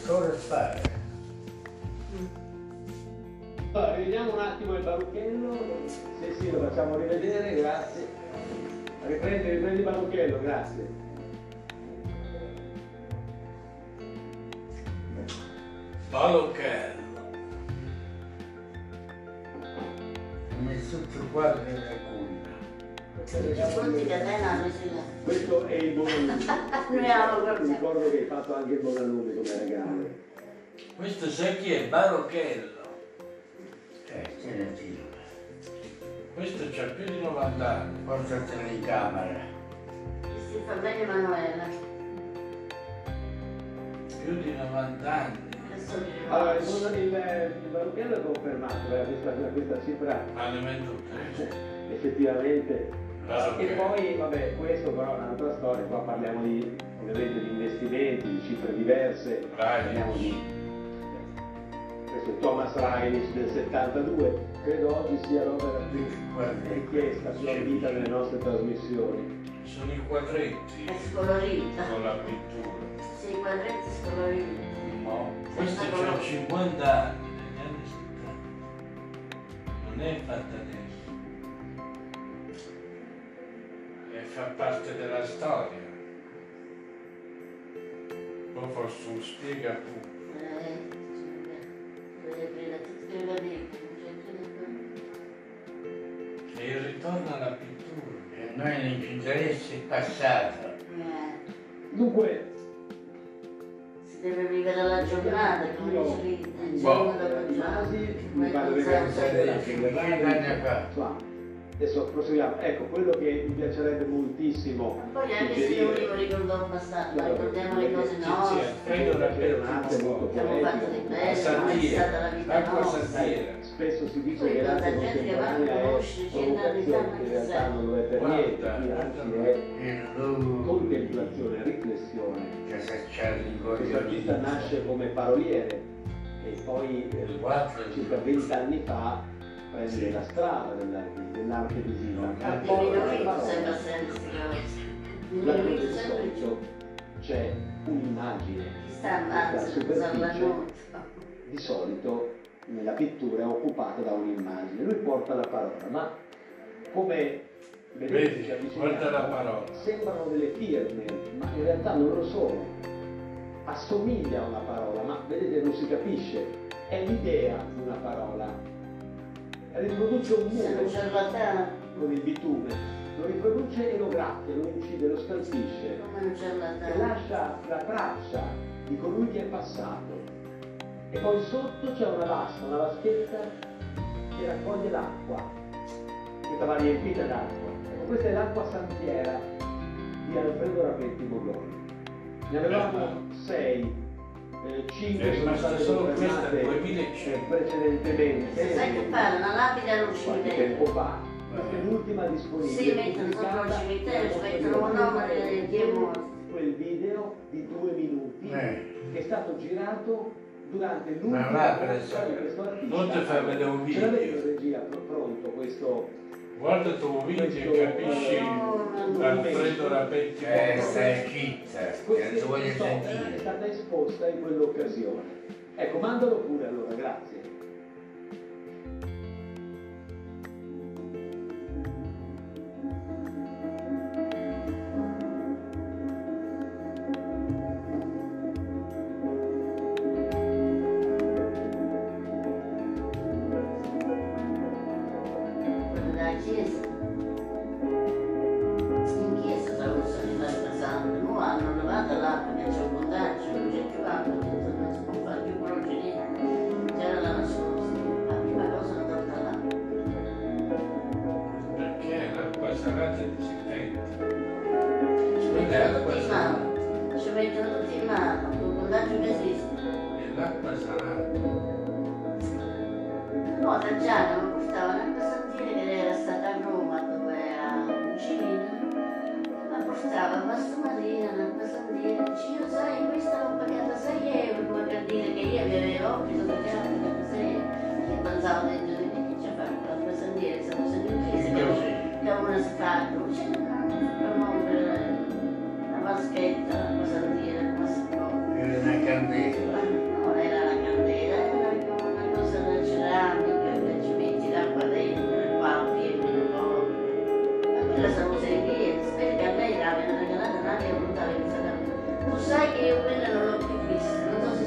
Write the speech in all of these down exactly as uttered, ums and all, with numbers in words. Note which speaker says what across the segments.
Speaker 1: Cosa fare?
Speaker 2: Allora, rivediamo un attimo il barucchello. Sì, sì, lo facciamo rivedere, grazie. Riprendi, riprendi il barucchello, grazie.
Speaker 1: Barucchello. Ho messo tutto qua per la cuna.
Speaker 2: Questo è il Bonalume.
Speaker 3: Ti
Speaker 2: ricordo che hai fatto anche il Bonalume come regalo.
Speaker 1: Questo sai chi è? Barucchello. Eh, ce ne tiro. Questo c'ha più di novanta anni. Portatelo in camera.
Speaker 3: Si fa bene Emanuela.
Speaker 1: Più di novanta anni.
Speaker 2: Allora, il, il, il barucchello è confermato, eh, questa, questa cifra
Speaker 1: Alimento
Speaker 2: effettivamente.
Speaker 1: Ah,
Speaker 2: e
Speaker 1: okay.
Speaker 2: poi, vabbè, questo però è un'altra storia, qua parliamo di, ovviamente di investimenti, di cifre diverse, parliamo di questo è Thomas Reinisch del settantadue, credo oggi sia l'opera più richiesta sulla vita nelle nostre trasmissioni.
Speaker 1: Sono i quadretti.
Speaker 3: È scolorita.
Speaker 1: Con la pittura.
Speaker 3: Sì, i quadretti scoloriti.
Speaker 1: No, questo c'ha cinquanta anni, negli anni settanta. Non è fatta adesso. E fa parte della storia. Poi forse un spiega tutto.
Speaker 3: Eh, tutte le vite,
Speaker 1: E il ritorno alla pittura.
Speaker 4: E noi non ci interessa il passato.
Speaker 3: eh.
Speaker 2: Dunque,
Speaker 3: Si deve vivere la giornata, come dice lì, il
Speaker 2: boh,
Speaker 3: giorno dopo il
Speaker 2: rimasi,
Speaker 3: giorno.
Speaker 2: mi pare che non sia
Speaker 4: Cinquanta
Speaker 2: adesso proseguiamo. Ecco, quello che mi piacerebbe moltissimo
Speaker 3: Poi anche se io mi ricordo il passato, ricordiamo le cose nostre.
Speaker 1: Credo la
Speaker 2: è un'arte molto
Speaker 3: Abbiamo fatto di
Speaker 2: poetica.
Speaker 3: bello, è stata la vita
Speaker 1: L'acqua
Speaker 3: nostra.
Speaker 1: santiera.
Speaker 2: Spesso si dice
Speaker 3: Poi
Speaker 2: che
Speaker 3: tanta
Speaker 2: l'arte
Speaker 3: gente che va a
Speaker 2: contemporanea è
Speaker 3: conoscere cent'anni fa,
Speaker 2: provocazione,
Speaker 3: ma
Speaker 2: che in
Speaker 3: chi
Speaker 2: realtà
Speaker 3: sa.
Speaker 2: non lo è per niente,
Speaker 1: Guarda,
Speaker 2: anzi è contemplazione, riflessione.
Speaker 4: che se c'è
Speaker 2: Questo artista nasce come paroliere e poi eh, circa vent'anni fa prende la strada dell'arte dell'arte visiva.
Speaker 3: Ma
Speaker 2: Un po' la
Speaker 3: diminuito
Speaker 2: parola.
Speaker 3: sembra sempre queste cose.
Speaker 2: Laddove
Speaker 3: Diminuito
Speaker 2: di
Speaker 3: sempre
Speaker 2: solito
Speaker 3: più.
Speaker 2: c'è un'immagine
Speaker 3: Chi sta avanzando,
Speaker 2: superficie.
Speaker 3: salvando.
Speaker 2: Di solito nella pittura è occupata da un'immagine, lui porta la parola, ma come vedete
Speaker 1: Vedi,
Speaker 2: ci avviciniamo,
Speaker 1: guarda la parola.
Speaker 2: sembrano delle firme, ma in realtà non lo sono. Assomiglia a una parola, ma vedete non si capisce, è l'idea di una parola. Riproduce un
Speaker 3: Se non
Speaker 2: muro
Speaker 3: c'è la terra,
Speaker 2: con il bitume, lo riproduce e lo graffia, lo incide, lo scalfisce
Speaker 3: come non c'è la
Speaker 2: e
Speaker 3: terra.
Speaker 2: lascia la traccia di colui che è passato. E poi sotto c'è una vasca, una vaschetta che raccoglie l'acqua, questa va riempita d'acqua. Ecco, questa è l'acqua santiera di Alfredo Rapetti Mogoli. Ne avevamo sei, eh, cinque
Speaker 1: È
Speaker 2: sono
Speaker 1: rimasta
Speaker 2: state
Speaker 1: solo questa
Speaker 2: confermate
Speaker 1: nel duemilacinque.
Speaker 2: precedentemente,
Speaker 3: Sai che fare? Una lapide
Speaker 2: qualche
Speaker 3: all'uccidere.
Speaker 2: tempo fa. Questa è l'ultima disponibile.
Speaker 3: Sì, mettono sopra il cimitero, mettono un nome di chi è morto.
Speaker 2: Quel video di due minuti
Speaker 4: Eh.
Speaker 2: che è stato girato durante
Speaker 4: Ma
Speaker 2: l'ultima
Speaker 4: va,
Speaker 2: mostra di questo artista.
Speaker 1: Non ti fai vedere un
Speaker 2: Ce l'avete in
Speaker 1: video.
Speaker 2: regia pr- pronto questo?
Speaker 1: Guarda il tuo video e capisci Alfredo Rapetti.
Speaker 4: Che stai zitta, che non ti voglio
Speaker 2: questa è
Speaker 4: sentire.
Speaker 2: stata esposta in quell'occasione. Ecco, mandalo pure allora, grazie.
Speaker 3: Quello della chiesa. In chiesa stavo salendo santo, non hanno levato l'acqua che c'è un contagio, non c'è più acqua, non si può fare più croce. C'era la nascosta, la prima cosa non tolta l'acqua.
Speaker 1: Perché l'acqua salata di settenta.
Speaker 3: Ci mettono tutti in mano, ci mettono tutti in mano, un contagio che esiste.
Speaker 1: E l'acqua salata.
Speaker 3: No, da Gianni mi portava una passantine che era stata a Roma dove era vicino, mi portava a Mastro Marina, una passantine, dice io sai questa l'ho pagata sei euro, ma per dire che io avevo obbligo di pagare sei euro, che pensavo dentro di me che ci fa la passantine, siamo stati in chiesa, che uno si fa, dice no, per rompere la vaschetta, la passantine, come si può.
Speaker 4: Era una candela.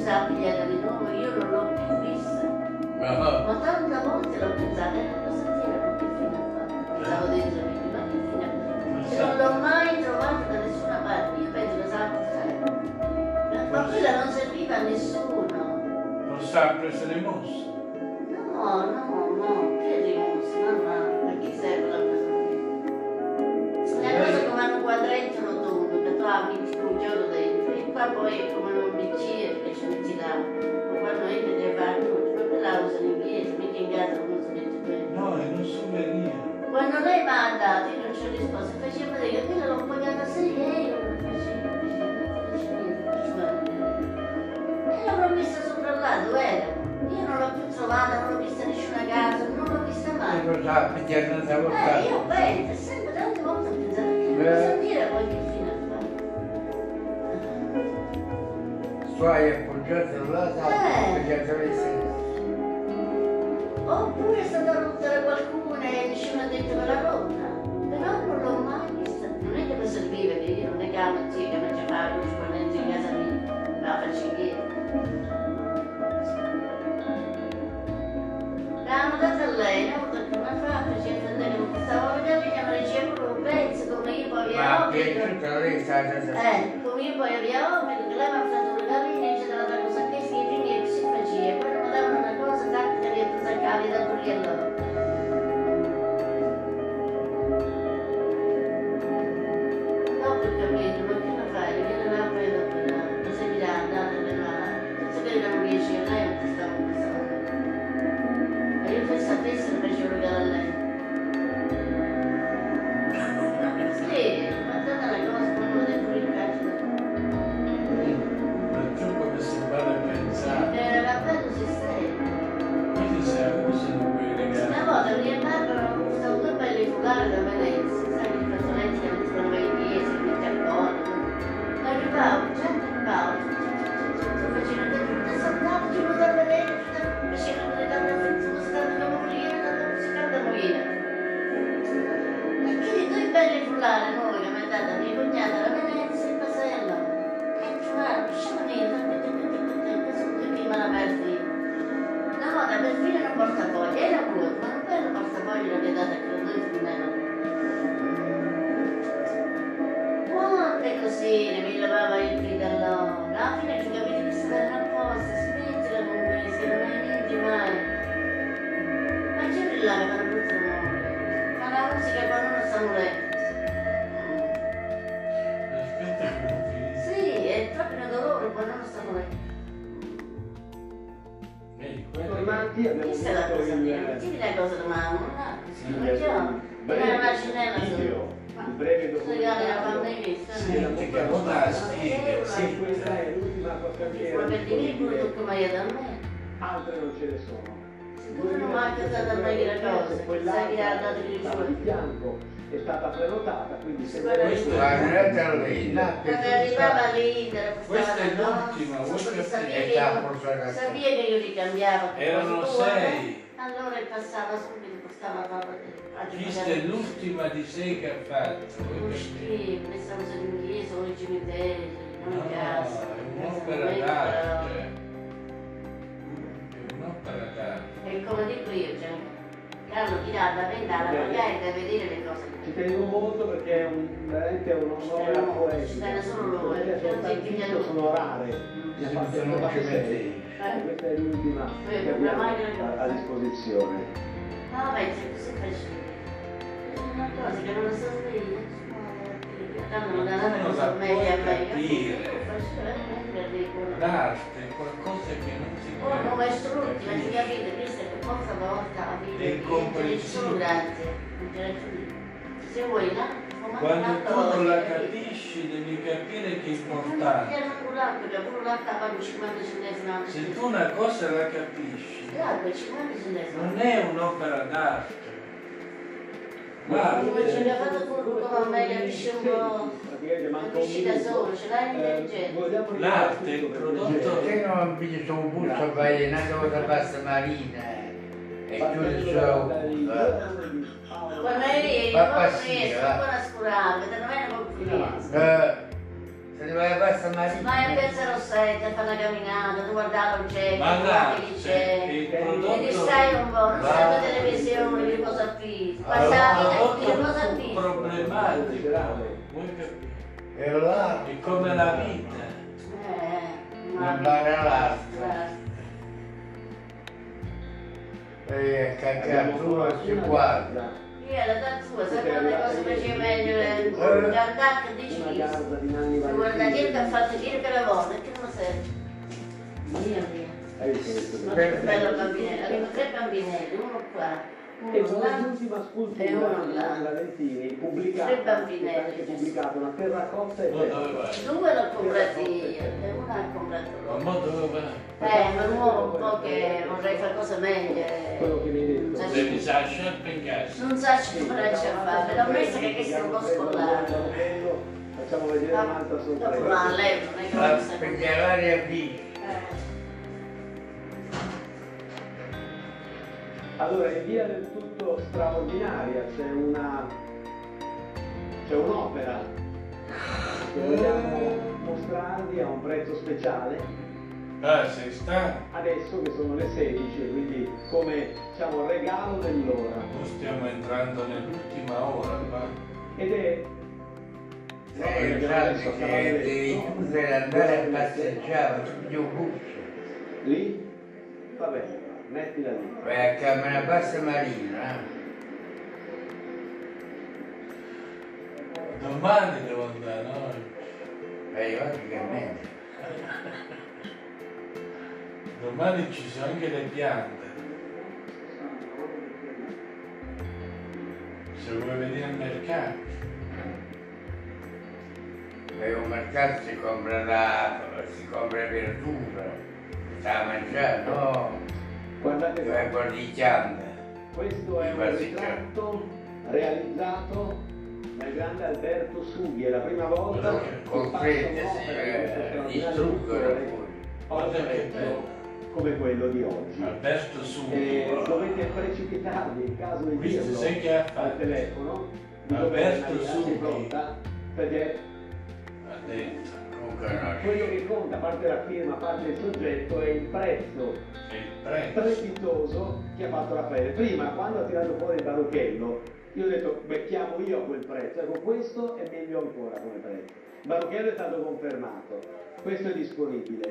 Speaker 3: stava pigliata di nuovo, io non l'ho più vista.
Speaker 1: No.
Speaker 3: Ma tante volte l'ho pensata, e non posso dire ma che fine ha fatto. Pensavo dentro di me, ma che fine ha fatto. E non l'ho mai trovata da nessuna parte, io penso che sarà portata. Ma quella non serviva a nessuno.
Speaker 1: Non sa preso le mosse.
Speaker 3: No, no, no, che rimuso, no, no, a chi serve la cosa? Le cose come hanno un quadretto rotondo, che tu apri un giorno dentro, e qua poi è come un bicchiere che ce ne girava. Ma quando entri devi fare tutto, ma quella usa in chiesa, mica in casa non si mette quello.
Speaker 1: No, è un souvenir.
Speaker 3: Quando lei mi ha dato, io non ci ho risposto, faceva vedere che quella l'ho pagata sei euro, faceva, faceva, faceva niente, faceva vedere. E l'avrò messa sopra là, dove era? Io non l'ho più trovata, non l'ho vista in nessuna casa, non l'ho vista mai.
Speaker 1: Lo sa, pigliare una
Speaker 3: Eh,
Speaker 1: volta.
Speaker 3: io penso, sempre tante volte ho pensato che non posso dire poi che fine ha fatto.
Speaker 1: Tu hai appoggiato là,
Speaker 3: Eh.
Speaker 1: hai appoggiato le stesse.
Speaker 3: Oppure è stata rotta da qualcuno e nessuno ha detto che l'ha rotta. Però non l'ho mai vista. Non è che per servire, che io non è che amo zia che mangia la luce quando entro in casa mia, la faccio in chiesa. L'hanno data a lei, no? Come fa? Facendo lei che non stavo a vedere, che mi ricevono un pezzo come io poi
Speaker 1: Ma
Speaker 3: avevo
Speaker 1: che
Speaker 3: obbligo.
Speaker 1: tutta lei sta già
Speaker 3: Eh, come io poi avevo obbligo, che lei mi ha fatto un regalino e c'era la cosa che si i primi che si faceva, e poi mi davano una cosa tanto che tu saccavi da lì a loro. Dopo ho capito, ma che la fai? Viene là poi dopo, la seguirà andata per la... Senza che non riesci a lei, non ti stavo pensando. E io per sapessi non facevo regalo a lei. Sì, ma tanta la cosa, ma non è pure il cazzo.
Speaker 1: Ma tu come si va a pensare?
Speaker 3: Era bello sistema.
Speaker 1: Quindi se abusano quei regali.
Speaker 3: Una volta mi e Barbara hanno portato due belli focolari da Venezia, sai che i fazzoletti che mettono nei piedi, che metti a corno. Ma arrivavo, già arrivavo, facendo tutte saltate, giù da Venezia, facendo le donne sono state come morire, si canta morire. E quindi due belli focolari nuovi che mi ha dato mia cognata da Venezia e Pasello. E guarda, sciamanino, che sono tutti in mano aperti. Una volta per fine un portafoglio, era brutto, ma non poi il portafoglio l'aveva dato a quelle due fumero. Quante cosine mi lavava il fridallone, alla fine ci capite che stavano apposta, smettila con questo, non è niente mai. Ma c'è là che fanno brutto rumore, fa la musica quando non sta morendo.
Speaker 1: Aspetta che non finisce.
Speaker 3: Sì, è proprio un dolore quando non sta morendo.
Speaker 1: Vedi,
Speaker 2: Tornanti
Speaker 1: quello
Speaker 2: abbiamo
Speaker 3: Questa è la
Speaker 2: visto
Speaker 3: cosa mia,
Speaker 2: il,
Speaker 3: dimmi la cosa domani, non ha,
Speaker 2: il,
Speaker 3: non c'è.
Speaker 2: breve
Speaker 3: Era una cinella
Speaker 2: video,
Speaker 3: su.
Speaker 2: il breve
Speaker 3: Regali la
Speaker 2: documentario
Speaker 3: pandemia,
Speaker 1: sì,
Speaker 2: della
Speaker 1: che
Speaker 2: musica
Speaker 1: non la
Speaker 2: romana.
Speaker 1: spiega,
Speaker 2: Sì, questa è l'ultima sua carriera
Speaker 3: Ma per dire quello
Speaker 2: disponibile,
Speaker 3: tutto mai da me.
Speaker 2: altre non ce ne sono.
Speaker 3: Se tu non mai pensato a mai la cosa, sai che ha dato il
Speaker 2: stava di
Speaker 3: suo.
Speaker 2: fianco, è stata prenotata, quindi se
Speaker 3: Guarda,
Speaker 2: volete-
Speaker 1: guarda a lei, là, che
Speaker 3: Quando
Speaker 1: tu
Speaker 3: arrivava
Speaker 1: sai.
Speaker 3: l'Inter,
Speaker 1: Questa è l'ultima, vuoi
Speaker 3: sapeva
Speaker 1: capire?
Speaker 3: che
Speaker 1: È già
Speaker 3: io-
Speaker 1: portata a
Speaker 3: sapeva che io li cambiavo.
Speaker 1: Erano
Speaker 3: quasi due,
Speaker 1: sei.
Speaker 3: Allora passava subito, costava roba di
Speaker 1: Questa è l'ultima di sei che ha fatto.
Speaker 3: Lo
Speaker 1: vuoi capire?
Speaker 3: schifo, ne stavo in chiesa o nei cimiteri, non
Speaker 1: No,
Speaker 3: in casa.
Speaker 1: è un'opera d'arte. È un'opera d'arte.
Speaker 3: E come dico io, cioè, Carlo ti dà da vendare,
Speaker 2: Bene.
Speaker 3: magari da vedere le cose.
Speaker 2: Ci tengo molto perché è un, veramente un'opera
Speaker 3: Ci
Speaker 2: poetica.
Speaker 3: stanno solo loro,
Speaker 2: Perché
Speaker 3: eh, non si
Speaker 2: soltanto
Speaker 3: pigliano.
Speaker 2: sono rare. Ne ha fatte
Speaker 1: Non
Speaker 2: fatte
Speaker 1: ci
Speaker 2: sei.
Speaker 1: metti.
Speaker 3: Eh?
Speaker 2: Questa è l'ultima
Speaker 3: Eh,
Speaker 2: che abbiamo
Speaker 3: ormai non-
Speaker 2: a, a disposizione.
Speaker 3: No, beh, c'è così facile. È una cosa che non so dire. Tanto non dà nada
Speaker 1: Non
Speaker 3: cosa
Speaker 1: la
Speaker 3: meglio
Speaker 1: puoi
Speaker 3: a me.
Speaker 1: capire.
Speaker 3: Io
Speaker 1: L'arte è qualcosa che non si
Speaker 3: Oh,
Speaker 1: può
Speaker 3: come strutti, ma ci
Speaker 1: capire.
Speaker 3: capite, questo è che forza volta a
Speaker 1: È
Speaker 3: vivere,
Speaker 1: incomprensibile.
Speaker 3: ci sono grazie, non c'è ragione. Se vuoi là, come
Speaker 1: Quando
Speaker 3: tanto
Speaker 1: tu non
Speaker 3: lo
Speaker 1: la
Speaker 3: devi
Speaker 1: capisci devi capire che è
Speaker 3: capire. Ma
Speaker 1: importante.
Speaker 3: non pure l'acqua, che pure l'acqua paga cinquanta centesimi al
Speaker 1: Se tu una cosa la capisci,
Speaker 3: l'acqua è cinquanta centesimi.
Speaker 1: non è un'opera d'arte.
Speaker 3: Come
Speaker 1: L'arte
Speaker 3: ce l'ha fatto tu, come a me capisci un po',
Speaker 2: Praticamente manca un
Speaker 3: capisci da
Speaker 2: minuto.
Speaker 3: solo, ce l'hai
Speaker 2: Eh,
Speaker 3: intelligente.
Speaker 2: vogliamo
Speaker 1: L'arte è
Speaker 2: ringraziare
Speaker 1: il
Speaker 2: per
Speaker 1: prodotto-
Speaker 2: piacere.
Speaker 4: Te non vedi su un busto vai una cosa basta marina e chiude il suo
Speaker 3: Con me,
Speaker 4: Va
Speaker 3: non
Speaker 4: passiva,
Speaker 3: preso,
Speaker 4: va.
Speaker 3: ancora scurare, non è una confidenza.
Speaker 4: Eh, Se ne vai a Passa Marina.
Speaker 3: Vai a Piazza Rossetti a fare una camminata, tu guardare l'oggetto,
Speaker 1: Ma là,
Speaker 3: che
Speaker 1: se
Speaker 3: c'è,
Speaker 1: il
Speaker 3: ti
Speaker 1: prodotto...
Speaker 3: distrai un po', non stai la televisione, che cosa qui, passa la vita e che cosa qui.
Speaker 1: Problematico. Vuoi capire?
Speaker 4: E là,
Speaker 1: È come la vita.
Speaker 3: Eh,
Speaker 4: una
Speaker 3: una
Speaker 4: barra l'altra.
Speaker 3: vita.
Speaker 4: E caccatura si guarda.
Speaker 3: Io ero da tua, sai quante cose facevi meglio, guardare che dici
Speaker 2: Una
Speaker 3: chi?
Speaker 2: casa di Nanni
Speaker 3: Guarda chi
Speaker 2: Valentini.
Speaker 3: che ha fatto chi che lavora, che non serve. Mia mia.
Speaker 2: Hai visto questo?
Speaker 3: Ma che bello bambinello, avevo tre bambinelli, uno qua,
Speaker 2: E
Speaker 3: uno là.
Speaker 2: l'ultima
Speaker 3: E
Speaker 2: scultura
Speaker 3: uno
Speaker 2: di
Speaker 3: là.
Speaker 2: Nanni Valentini pubblicata,
Speaker 3: Tre bambinelli.
Speaker 2: è anche pubblicata una terracotta e
Speaker 1: Ma dove vai?
Speaker 3: Due l'ho comprato io, e una l'ha comprato
Speaker 1: Ma
Speaker 3: lui.
Speaker 1: mo dove vai?
Speaker 3: Eh, ma nuovo un po' che vorrei fare cose meglio.
Speaker 2: quello che mi hai detto.
Speaker 3: Sì.
Speaker 1: Devi sa sciarpa in casa.
Speaker 3: Non sa come c'è a fare, l'ho messo che questo è un po' scollato.
Speaker 2: Facciamo vedere un'altra
Speaker 3: Dopo
Speaker 2: sorpresa.
Speaker 3: ma lei non è che
Speaker 4: La
Speaker 3: non sa come.
Speaker 4: spegnalare a via.
Speaker 3: Eh.
Speaker 2: Allora, in via del tutto straordinaria c'è una c'è un'opera che vogliamo mostrarvi a un prezzo speciale
Speaker 1: Ah, sei stanco?
Speaker 2: adesso che sono le sedici, quindi come diciamo regalo dell'ora.
Speaker 1: Noi stiamo entrando nell'ultima ora, va?
Speaker 2: Ed è
Speaker 4: Sei entrato che devi chiudere e andare a passeggiare, tu più buccio.
Speaker 2: lì? Va bene, mettila lì.
Speaker 4: Vai a Camera Bassa Marina. Eh?
Speaker 1: Domani devo andare, no?
Speaker 4: Vai logicamente.
Speaker 1: Domani ci sono anche le piante. Se vuoi venire al mercato.
Speaker 4: Vai a un mercato si compra la, si compra verdura, sta a mangiare, no?
Speaker 2: Guardate
Speaker 4: Vai a
Speaker 2: qua,
Speaker 4: guardicchiare.
Speaker 2: questo è un ritratto realizzato dal grande Alberto Sughi, è la prima volta
Speaker 1: Guarda
Speaker 2: che
Speaker 1: che
Speaker 4: Con
Speaker 2: passa
Speaker 4: fredde
Speaker 2: un'opera
Speaker 4: si
Speaker 2: di questo
Speaker 4: eh,
Speaker 2: straordinario
Speaker 4: distruggono
Speaker 2: pittore
Speaker 4: poi.
Speaker 2: a un
Speaker 1: Guarda che
Speaker 2: prezzo
Speaker 1: bello.
Speaker 2: come quello di oggi.
Speaker 1: Alberto su.
Speaker 2: E dovete precipitarvi in caso di
Speaker 1: Questo
Speaker 2: dirlo
Speaker 1: sai che ha
Speaker 2: al
Speaker 1: fatto?
Speaker 2: telefono di
Speaker 1: Alberto
Speaker 2: dove sei
Speaker 1: Sughi.
Speaker 2: pronta, perché
Speaker 1: Ha detto.
Speaker 4: Comunque no.
Speaker 2: quello che conta, a parte la firma, a parte il soggetto, è il prezzo
Speaker 1: È il prezzo.
Speaker 2: strepitoso che ha fatto Raffaele. Prima, quando ha tirato fuori il barucchello, io ho detto, beh, chiamo io a quel prezzo. Ecco, questo è meglio ancora come prezzo. Il barucchello è stato confermato, questo è disponibile.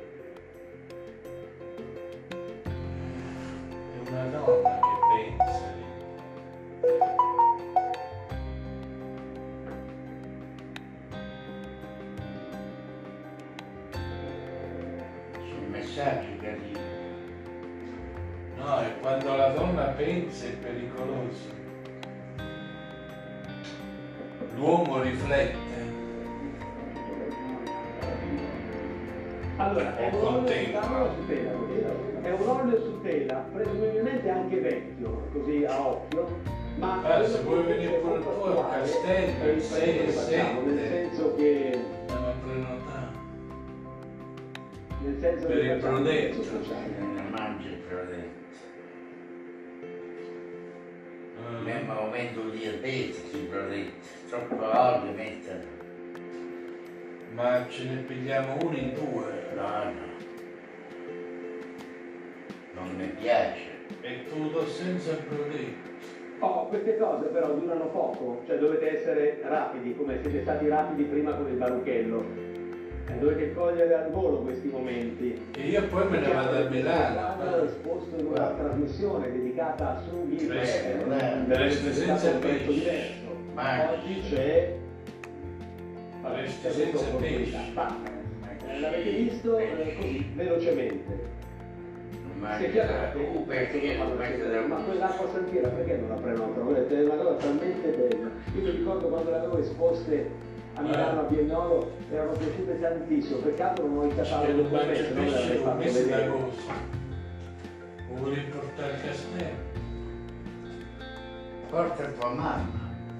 Speaker 1: È una donna che pensa.
Speaker 4: Sul messaggio che arriva.
Speaker 1: No, è quando la donna pensa è pericoloso. L'uomo riflette.
Speaker 2: Allora, è
Speaker 1: Un
Speaker 2: un olio
Speaker 1: contento.
Speaker 2: su tela, è un olio su tela, presumibilmente anche vecchio, così a occhio, ma
Speaker 1: Ah,
Speaker 2: quello
Speaker 1: se
Speaker 2: che
Speaker 1: vuoi
Speaker 2: invece
Speaker 1: venire
Speaker 2: è
Speaker 1: pure
Speaker 2: molto
Speaker 1: tu a
Speaker 2: attuale
Speaker 1: Castello,
Speaker 2: è il
Speaker 1: il
Speaker 2: prezzo
Speaker 1: sei
Speaker 2: che
Speaker 1: e
Speaker 2: facciamo, nel
Speaker 1: sette.
Speaker 2: senso che
Speaker 1: Andiamo a prenotare.
Speaker 2: nel senso
Speaker 1: Per
Speaker 2: che
Speaker 1: il
Speaker 2: facciamo un
Speaker 1: prodetto.
Speaker 2: prezzo speciale.
Speaker 4: Non mangia il prodotto.
Speaker 1: Ah,
Speaker 4: Abbiamo aumento di diabete sui prodotti. Troppo olio mettono.
Speaker 1: Ma ce ne pigliamo uno in due.
Speaker 4: No, no. Non mi piace.
Speaker 1: E tutto senza prodotto.
Speaker 2: Oh, queste cose però durano poco, cioè dovete essere rapidi, come siete stati rapidi prima con il barucchello. Eh, dovete cogliere al volo questi momenti.
Speaker 1: E io poi me ne vado a
Speaker 2: L'ho
Speaker 1: Milano.
Speaker 2: esposto in una trasmissione dedicata a Sughi,
Speaker 1: Sì,
Speaker 2: eh,
Speaker 4: eh,
Speaker 2: per
Speaker 1: resti
Speaker 2: essere
Speaker 1: senza
Speaker 2: stato un prezzo
Speaker 1: pesce.
Speaker 2: diverso.
Speaker 4: Ma-
Speaker 2: Oggi c'è
Speaker 1: Resti
Speaker 2: c'è
Speaker 1: senza
Speaker 2: questa
Speaker 1: pesce.
Speaker 2: opportunità. Eh, L'avete visto eh, così, velocemente.
Speaker 4: Non
Speaker 2: Se
Speaker 4: mangia
Speaker 2: chiamate
Speaker 4: uh, perché non mangia da
Speaker 2: ma quell'acqua santiera perché non la prenoto? Volete, è una cosa talmente bella. Io mi ricordo quando le avevo esposte a Milano a Biennolo, erano piaciute tantissimo, peccato non ho il
Speaker 1: Che
Speaker 2: catalogo
Speaker 1: non
Speaker 2: con me,
Speaker 1: mangia
Speaker 2: se no me
Speaker 1: pesce
Speaker 2: l'avrei
Speaker 1: un
Speaker 2: fatto
Speaker 1: mese
Speaker 2: vedere.
Speaker 1: d'agosto. Lo vuoi portare al castello?
Speaker 4: Porta tua mamma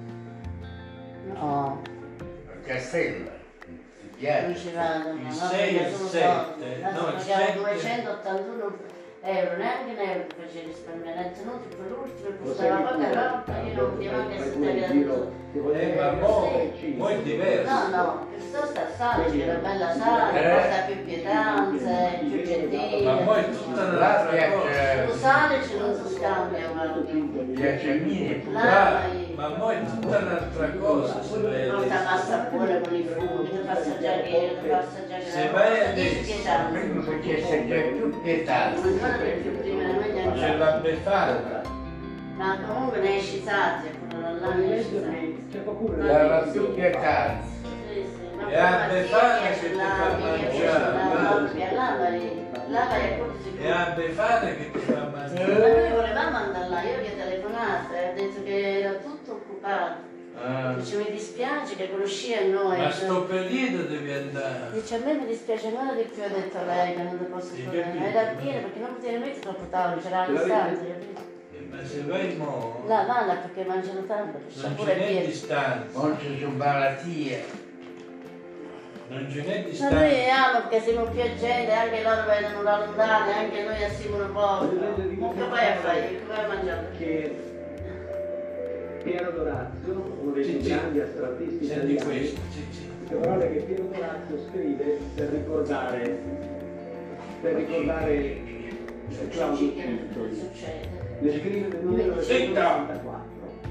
Speaker 3: No,
Speaker 4: al castello. Ti
Speaker 3: non
Speaker 4: piace?
Speaker 3: ci vado,
Speaker 1: Il
Speaker 3: no,
Speaker 1: sei
Speaker 3: perché
Speaker 1: e il
Speaker 3: sono
Speaker 1: sette,
Speaker 3: soldi.
Speaker 1: no,
Speaker 3: Adesso
Speaker 1: il
Speaker 3: pagavo
Speaker 1: sette.
Speaker 3: duecentottantuno euro, neanche un euro ti faceva risparmiare, ha tenuto per l'ultimo e costava poca roba, io non potevo anche aspettare tutto.
Speaker 1: Eh, ma mo, mo è diverso.
Speaker 3: No, no, questo sta a sale, c'è una bella sala,
Speaker 1: Eh.
Speaker 3: porta più pietanze, più gentile.
Speaker 1: Ma mo è tutta un'altra cosa.
Speaker 3: Lo sale ce non si scambia, guarda.
Speaker 4: Piace a me.
Speaker 1: Ma, ma mo è tutta un'altra cosa, se
Speaker 3: Non ti
Speaker 1: vedi.
Speaker 3: passa pure con i fumi, ti fa assaggiare quello, ti fa assaggiare
Speaker 1: Se
Speaker 3: la
Speaker 1: vai
Speaker 3: cosa,
Speaker 1: a
Speaker 3: dici
Speaker 1: destra,
Speaker 3: che tanto.
Speaker 4: Perché sei già più pietà.
Speaker 3: Non guarda più prima, non
Speaker 1: C'è
Speaker 3: mangiare.
Speaker 1: la Befana.
Speaker 3: Ma comunque ne esci sazia, quello là ne esci sazia.
Speaker 2: C'è qualcuno
Speaker 4: La più pietà.
Speaker 3: Sì, sì, ma
Speaker 1: E a
Speaker 3: prima
Speaker 1: Befana
Speaker 3: sì,
Speaker 1: che ti
Speaker 3: la
Speaker 1: fa
Speaker 3: mia,
Speaker 1: mangiare,
Speaker 3: la
Speaker 1: va.
Speaker 3: doppia, là vai, là vai a corso
Speaker 1: E a Befana che ti fa
Speaker 3: Ma
Speaker 1: mangiare.
Speaker 3: noi volevamo andare là, io gli ho telefonato e ha detto che era tutto occupato.
Speaker 4: Ah.
Speaker 3: Dice mi dispiace che conosci a noi.
Speaker 1: Ma sto periodo devi andare.
Speaker 3: Dice a me mi dispiace ancora di più, ha detto lei che non ti posso
Speaker 1: Sì,
Speaker 3: fare.
Speaker 1: capito.
Speaker 3: Era pieno perché non potevi mettere troppo tavolo, c'era la distanza, capito?
Speaker 1: Eh, Ma se vai mo,
Speaker 3: Là, va là perché mangiano tanto, c'è
Speaker 1: non
Speaker 3: pure
Speaker 1: ce n'è
Speaker 3: pieno.
Speaker 1: distanza.
Speaker 4: Oggi sono malattie.
Speaker 1: Non ce n'è
Speaker 3: Ma
Speaker 1: distanza.
Speaker 3: noi amo perché siamo più gente, anche loro vedono da lontano, anche noi assieme un po'. Ma che vai a fare? Che vai a mangiare?
Speaker 2: che Piero Dorazio, uno dei
Speaker 1: Sì,
Speaker 2: più
Speaker 1: sì.
Speaker 2: grandi astrattisti
Speaker 1: Senti
Speaker 2: italiani,
Speaker 1: questo, sì, sì.
Speaker 2: le parole che Piero Dorazio scrive per ricordare per ricordare Claudio
Speaker 3: Che
Speaker 2: Cintoli.
Speaker 3: succede?
Speaker 2: Le scrive nel millenovecentonovantaquattro.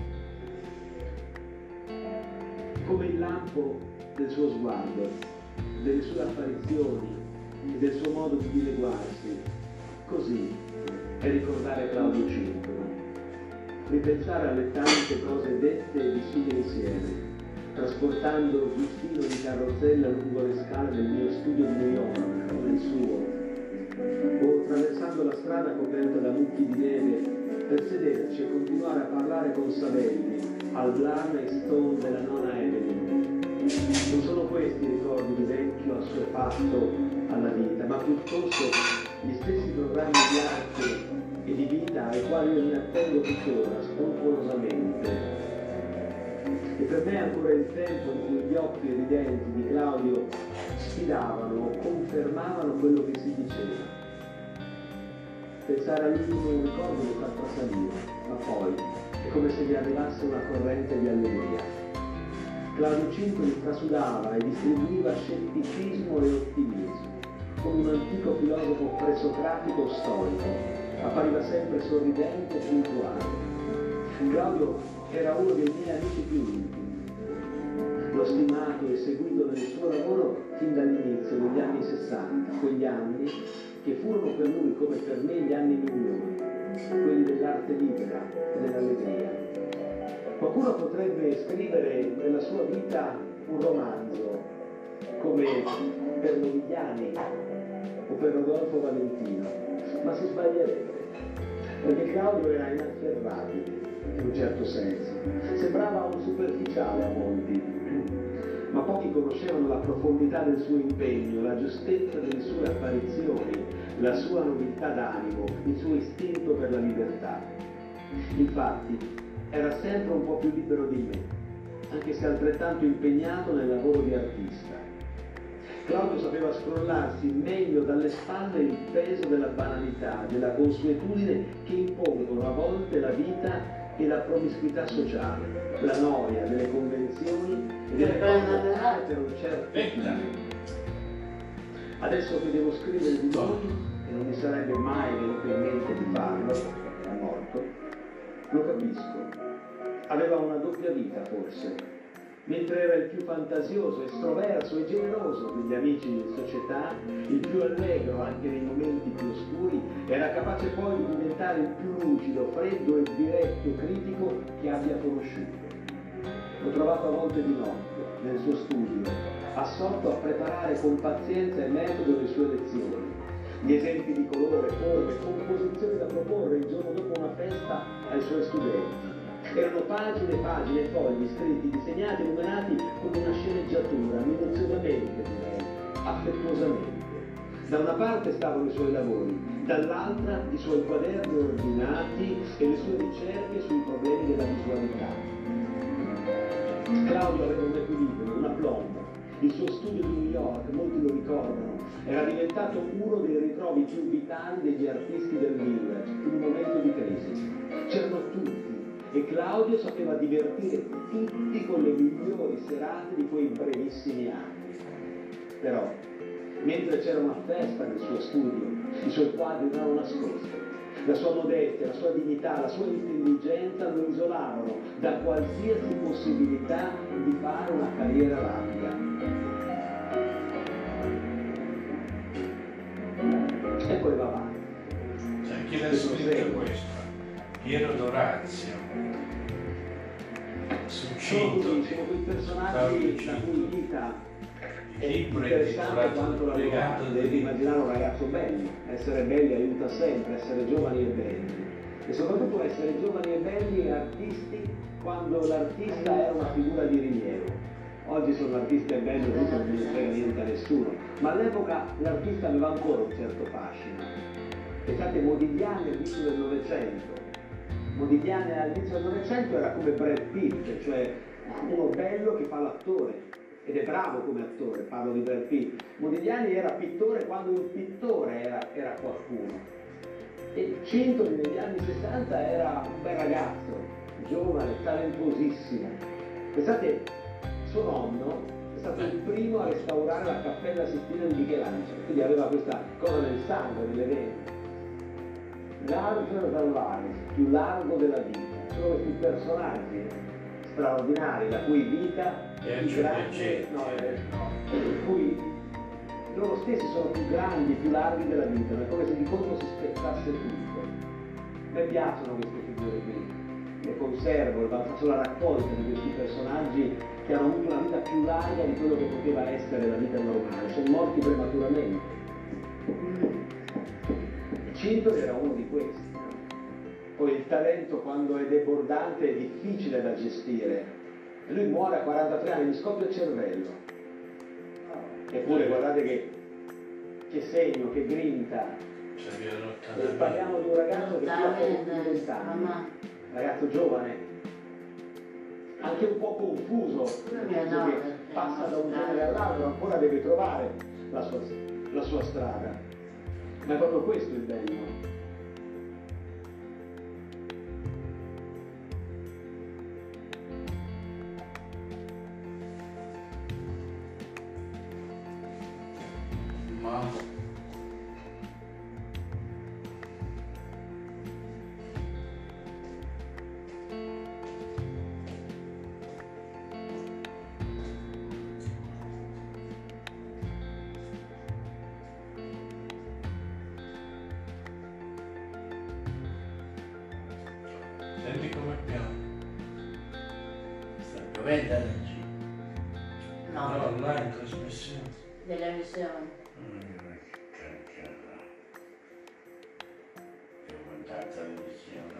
Speaker 2: Come il lampo del suo sguardo, delle sue apparizioni e del suo modo di dileguarsi, così è ricordare Claudio Cintoli. Ripensare alle tante cose dette e vissute insieme, trasportando Giustino in carrozzella lungo le scale del mio studio di New York o nel suo, o attraversando la strada coperta da mucchi di neve per sederci e continuare a parlare con Savelli al Blarney Stone della nonna Evelyn. Non sono questi i ricordi di vecchio assuefatto alla vita, ma piuttosto gli stessi programmi di arte e di vita ai quali io mi attengo tuttora scrupolosamente. E per me è ancora il tempo in cui gli occhi evidenti di Claudio sfidavano o confermavano quello che si diceva. Pensare a lui come un ricordo mi fa trasalire, ma poi è come se mi arrivasse una corrente di allegria. Claudio Cintoli trasudava e distribuiva scetticismo e ottimismo, come un antico filosofo presocratico storico. Appariva sempre sorridente e puntuale. Claudio era uno dei miei amici più intimi. L'ho stimato e seguito nel suo lavoro fin dall'inizio degli anni sessanta, quegli anni che furono per lui come per me gli anni migliori, quelli dell'arte libera e dell'allegria. Qualcuno potrebbe scrivere nella sua vita un romanzo, come per Modigliani o per Rodolfo Valentino, ma si sbaglierebbe, perché Claudio era inafferrabile in un certo senso, sembrava un superficiale a molti, ma pochi conoscevano la profondità del suo impegno, la giustezza delle sue apparizioni, la sua nobiltà d'animo, il suo istinto per la libertà. Infatti era sempre un po' più libero di me, anche se altrettanto impegnato nel lavoro di artista. Claudio sapeva scrollarsi meglio dalle spalle il peso della banalità, della consuetudine che impongono a volte la vita e la promiscuità sociale, la noia delle convenzioni e delle cose fatte per un certo fine. Adesso che devo scrivere di lui, e non mi sarebbe mai venuto in mente di farlo, era morto, lo capisco. Aveva una doppia vita forse. Mentre era il più fantasioso, estroverso e generoso degli amici in società, il più allegro anche nei momenti più oscuri, era capace poi di diventare il più lucido, freddo e diretto critico che abbia conosciuto. L'ho trovato a volte di notte, nel suo studio, assorto a preparare con pazienza e metodo le sue lezioni. Gli esempi di colore, forme, composizioni da proporre il giorno dopo una festa ai suoi studenti. Erano pagine e pagine, fogli scritti, disegnati, numerati come una sceneggiatura, minuziosamente direi, affettuosamente. Da una parte stavano i suoi lavori, dall'altra i suoi quaderni ordinati e le sue ricerche sui problemi della visualità. Claudio aveva un equilibrio, una plomba, Il suo studio di New York, molti lo ricordano, era diventato uno dei ritrovi più vitali degli artisti del Village in un momento di crisi. C'erano tutti e Claudio sapeva divertire tutti con le migliori serate di quei brevissimi anni. Però, mentre c'era una festa nel suo studio, i suoi quadri erano nascosti. La sua modestia, la sua dignità, la sua intelligenza lo isolavano da qualsiasi possibilità di fare una carriera rapida. E poi va avanti.
Speaker 1: Cioè, chi l'ha scritto questo? Piero Dorazio. Su
Speaker 2: Sono
Speaker 1: Cinto.
Speaker 2: così, sono quei personaggi la cui vita è interessante quanto la loro. Devi immaginare un ragazzo bello. Essere belli aiuta sempre, essere giovani e belli. E soprattutto essere giovani e belli e artisti quando l'artista era una figura di rilievo. Oggi sono l'artista e bello, tutto non ne frega niente a nessuno, ma all'epoca l'artista aveva ancora un certo fascino. Pensate, Modigliani all'inizio del Novecento. Modigliani all'inizio del Novecento era come Brad Pitt, cioè uno bello che fa l'attore, ed è bravo come attore, parlo di Brad Pitt. Modigliani era pittore quando il pittore era, era qualcuno. E Cinto negli anni sessanta era un bel ragazzo, giovane, talentosissimo. Pensate, suo nonno è stato il primo a restaurare la Cappella Sistina di Michelangelo, quindi aveva questa cosa nel sangue, nelle vene. Larger than life, più largo della vita. Sono questi personaggi straordinari, la cui vita è più grande, no, è, no, cui loro stessi sono più grandi, più larghi della vita, è come se di fondo si spezzasse tutto. A me piacciono queste figure qui, le conservo, faccio la raccolta di questi personaggi che hanno avuto una vita più larga di quello che poteva essere la vita normale, sono morti prematuramente. Cinto era uno di questi. Poi il talento, quando è debordante, è difficile da gestire. E lui muore a quarantatré anni, gli scoppia il cervello. Eppure guardate che, che segno, che grinta. E parliamo di un ragazzo che ha poco più di vent'anni, ragazzo giovane, anche un po' confuso, nel senso che passa da un genere all'altro, ancora deve trovare la sua, la sua strada. Ma è proprio questo il bello.
Speaker 1: Ma senti come piove.
Speaker 4: Sta piovendo oggi.
Speaker 3: No,
Speaker 1: No, là in trasmissione.
Speaker 3: televisione.
Speaker 4: Mm, cacchio. Devo guardare la televisione.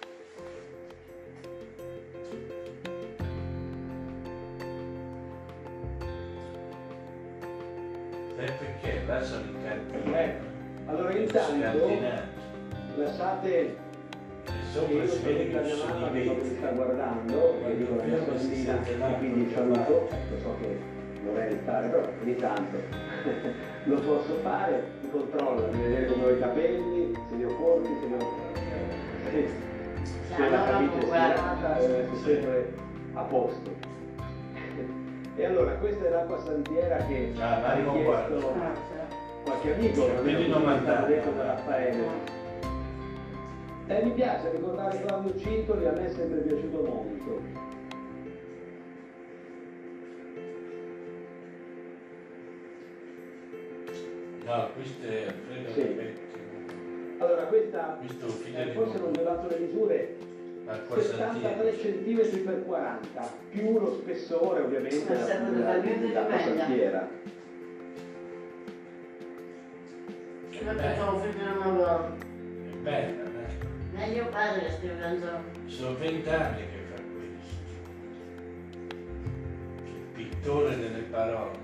Speaker 1: Sai perché? Là sono i campi.
Speaker 2: Eh, allora intanto
Speaker 1: scantinati.
Speaker 2: lasciate
Speaker 1: E
Speaker 2: che
Speaker 1: sopra
Speaker 2: io
Speaker 1: si
Speaker 2: spero
Speaker 1: vede
Speaker 2: che la
Speaker 1: che
Speaker 2: mia
Speaker 1: ci sono
Speaker 2: mamma
Speaker 1: i
Speaker 2: che so che mi
Speaker 1: vetri.
Speaker 2: sta guardando, che dico la mia sorellina, e quindi saluto, ecco, so che dovrei stare, però ogni tanto lo posso fare, mi controlla, di vedere come ho i capelli, se li ho corti, se li ho... se, se la camicia è stirata, deve essere sempre a posto. E allora questa è l'acqua santiera che
Speaker 1: Ah,
Speaker 2: ha
Speaker 1: ma non
Speaker 2: richiesto qualche amico, non è
Speaker 1: Più di novanta
Speaker 2: detto da Raffaele. Eh, mi piace ricordare Claudio Cintoli, a me è sempre piaciuto molto.
Speaker 1: No, questo è Alfredo
Speaker 2: Sì.
Speaker 1: Capetti.
Speaker 2: Allora questa,
Speaker 1: Questo è un figlio
Speaker 2: eh,
Speaker 1: di
Speaker 2: forse non vi ho dato le misure,
Speaker 1: Acqua
Speaker 2: settantatré
Speaker 1: Santiera.
Speaker 2: centimetri per quaranta, più lo spessore ovviamente
Speaker 3: Ma
Speaker 2: della
Speaker 3: serve
Speaker 2: della-
Speaker 3: totalmente
Speaker 2: dell'acqua
Speaker 3: di pelle.
Speaker 2: santiera.
Speaker 3: Io faccio un figlio di lavoro.
Speaker 1: È bella, eh?
Speaker 3: Meglio padre che scrive canzoni.
Speaker 1: Sono vent'anni che fa questo. Il pittore delle parole.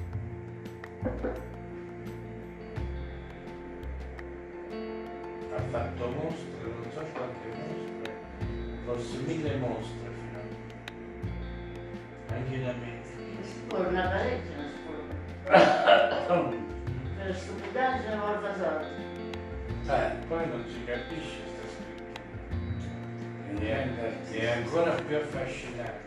Speaker 1: Ha fatto mostre, non so quante mostre, forse mille mostre fino a... anche in America.
Speaker 3: Sporna parecchio, una sporna. Per stupidaggine vuol fare soldi.
Speaker 1: Eh, poi non si capisce sta scrittura. Ed è, è ancora più affascinante.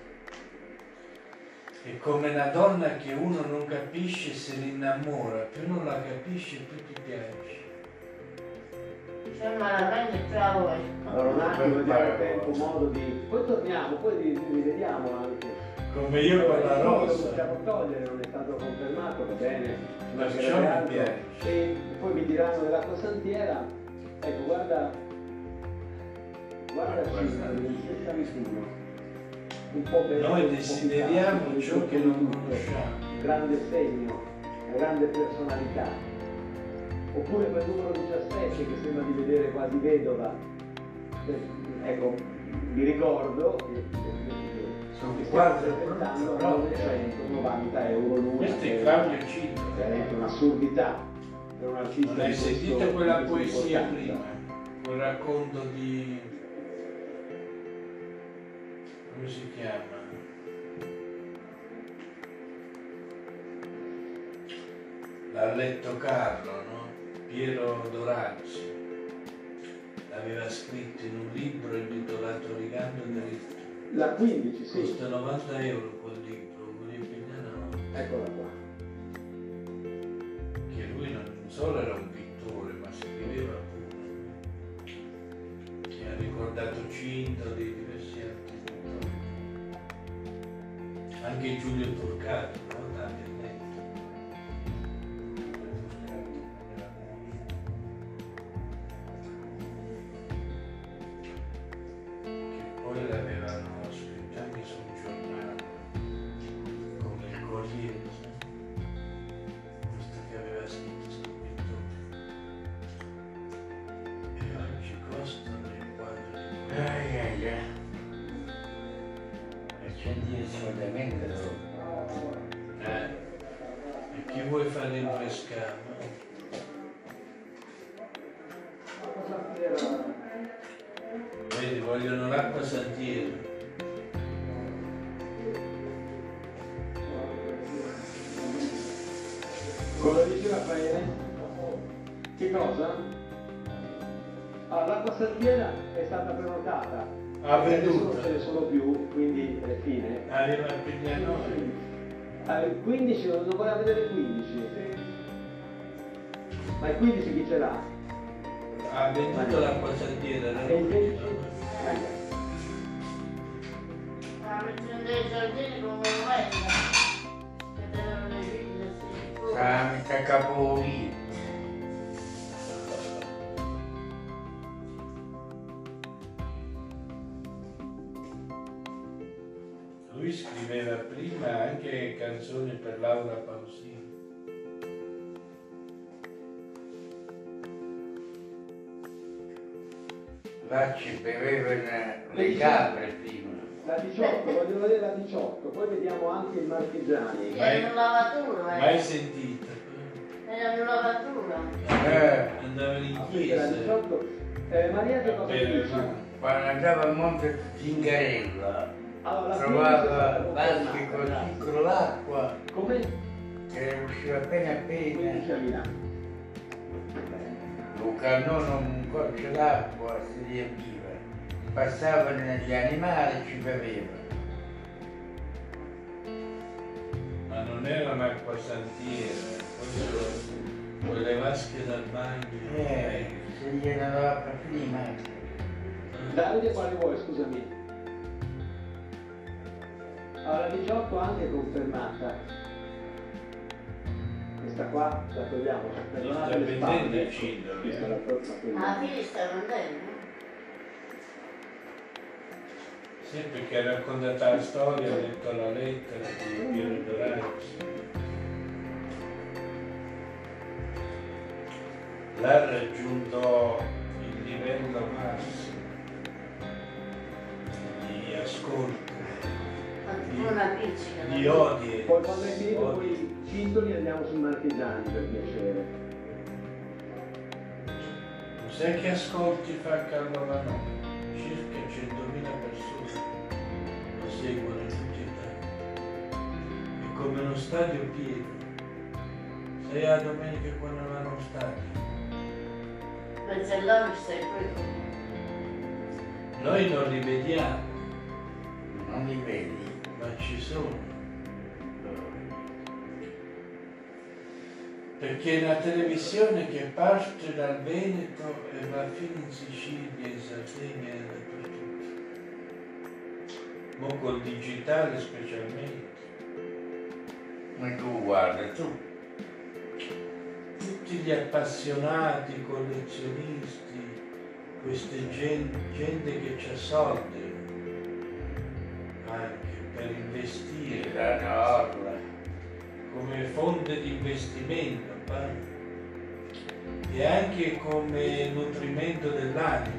Speaker 1: È come una donna che uno non capisce se ne innamora, più non la capisci più ti piace.
Speaker 3: C'è malamente tra voi.
Speaker 2: Allora un attimo, vediamo tempo, modo di... Poi torniamo, poi rivediamo anche.
Speaker 1: Come io con la
Speaker 2: Lo
Speaker 1: rosa.
Speaker 2: possiamo togliere, non è stato confermato, va bene.
Speaker 1: Perciò mi piace.
Speaker 2: E poi mi diranno dell'acqua santiera. Ecco, guarda, guarda il vicino. Un po' bello,
Speaker 1: Noi
Speaker 2: un po'
Speaker 1: desideriamo
Speaker 2: piccante,
Speaker 1: ciò che non conosciamo.
Speaker 2: un grande segno, una grande personalità. Oppure quel numero diciassette che sembra di vedere quasi vedova. Ecco, vi ricordo che
Speaker 1: Sono
Speaker 2: stiamo
Speaker 1: quattro
Speaker 2: aspettando
Speaker 1: proprio.
Speaker 2: novecentonovanta euro l'una.
Speaker 1: Questo è Claudio Cinto.
Speaker 2: Veramente un'assurdità per un artista.
Speaker 1: Non hai
Speaker 2: di
Speaker 1: sentito
Speaker 2: questo-
Speaker 1: quella
Speaker 2: di questa
Speaker 1: poesia
Speaker 2: importanza.
Speaker 1: prima? Quel racconto di... come si chiama? L'ha letto Carlo, no? Piero Dorazzi. L'aveva scritto in un libro intitolato Rigando dritto.
Speaker 2: La quindici, sì.
Speaker 1: Costa novanta euro quel libro, Maria Pignano,
Speaker 2: Eccola qua.
Speaker 1: che lui non solo era un pittore, ma scriveva pure. Che ha ricordato Cinto di diversi altri pittori. Anche Giulio Turcato, no? Tanti ha detto. Che poi l'avevano scritto anche su un giornale, come il Corriere, questo che aveva scritto sto pittore. E oggi costano il quadro di
Speaker 4: Ai ai ai. Accendi assolutamente dopo.
Speaker 1: Eh, e chi vuoi fare rinfrescare? Vedi, vogliono l'acqua santiera.
Speaker 2: Cosa dice Raffaele? Che cosa? Ah, l'acqua santiera è stata prenotata.
Speaker 1: Ha
Speaker 2: Adesso
Speaker 1: venduto.
Speaker 2: non ce ne sono più, quindi è fine.
Speaker 1: Arriva a Pignanoli.
Speaker 2: Ah, il quindici, non voleva vedere il quindici. Ma il quindici chi ce l'ha?
Speaker 1: Ha venduto l'acqua santiera. era
Speaker 2: E il ventici?
Speaker 1: l'ultimo.
Speaker 3: Ma mettono dei giardini come un vento. Che devono le figlie, sì.
Speaker 4: Sta metà capolino.
Speaker 1: Lui scriveva prima anche canzoni per Laura Pausini.
Speaker 4: Là ci bevevano le capre prima.
Speaker 2: La diciotto, voglio vedere la diciotto, poi vediamo anche il Marchigiani.
Speaker 3: Sì, era una lavatura,
Speaker 1: Mai
Speaker 3: eh.
Speaker 1: sentita?
Speaker 3: Era una lavatura.
Speaker 4: Eh,
Speaker 1: Andava in
Speaker 2: La
Speaker 1: chiesa.
Speaker 2: diciotto. Eh, Maria che cosa
Speaker 1: Bene,
Speaker 2: dice?
Speaker 1: ma-
Speaker 4: quando andava a Monte Zingarella
Speaker 2: Allora, la
Speaker 4: trovava
Speaker 2: quindici è
Speaker 4: vasche
Speaker 2: stata
Speaker 4: così
Speaker 2: confermata.
Speaker 4: con l'acqua
Speaker 2: Come?
Speaker 4: che usciva appena
Speaker 2: quindici a
Speaker 4: appena.
Speaker 2: Milano.
Speaker 4: Un cannone, un goccio d'acqua si riempiva. Passavano gli animali e ci bevevano.
Speaker 1: Ma non era un'acqua santiera, poi quelle vasche dal bagno.
Speaker 4: Eh, se gliene dava prima.
Speaker 2: Davide quale vuoi, scusami? Allora, la diciotto anche confermata. Questa qua la togliamo, perdonate
Speaker 1: sta
Speaker 2: le
Speaker 1: vendendo
Speaker 2: spalle.
Speaker 1: i cindoli,
Speaker 2: Questa
Speaker 1: eh.
Speaker 2: è la torta
Speaker 3: Ah, figlia sta vendendo?
Speaker 1: Sì, perché ha raccontato la storia, ha letto la lettera di Piero Dorazzi. L'ha raggiunto il livello massimo di ascolto,
Speaker 3: Fa una pizzica.
Speaker 1: di odio.
Speaker 2: Poi quando hai finito poi i cindoli andiamo sul Marchigiani per piacere.
Speaker 1: Un Sai che ascolti fa Carlo Vanoni? Circa centomila persone lo seguono in tutta Italia. È come uno stadio pieno. Sei a domenica quando vanno allo stadio.
Speaker 3: Mezzo all'ora stai qui.
Speaker 1: Noi non li vediamo,
Speaker 4: Non li vedi?
Speaker 1: ma ci sono. Perché è una televisione che parte dal Veneto e va fino in Sicilia, in Sardegna e dappertutto. Ma col digitale specialmente.
Speaker 4: Ma tu guarda, tu.
Speaker 1: Tutti gli appassionati, collezionisti, queste gente, gente che c'ha soldi anche per investire.
Speaker 4: La norma.
Speaker 1: Come fonte di investimento pa? E anche come nutrimento dell'anima.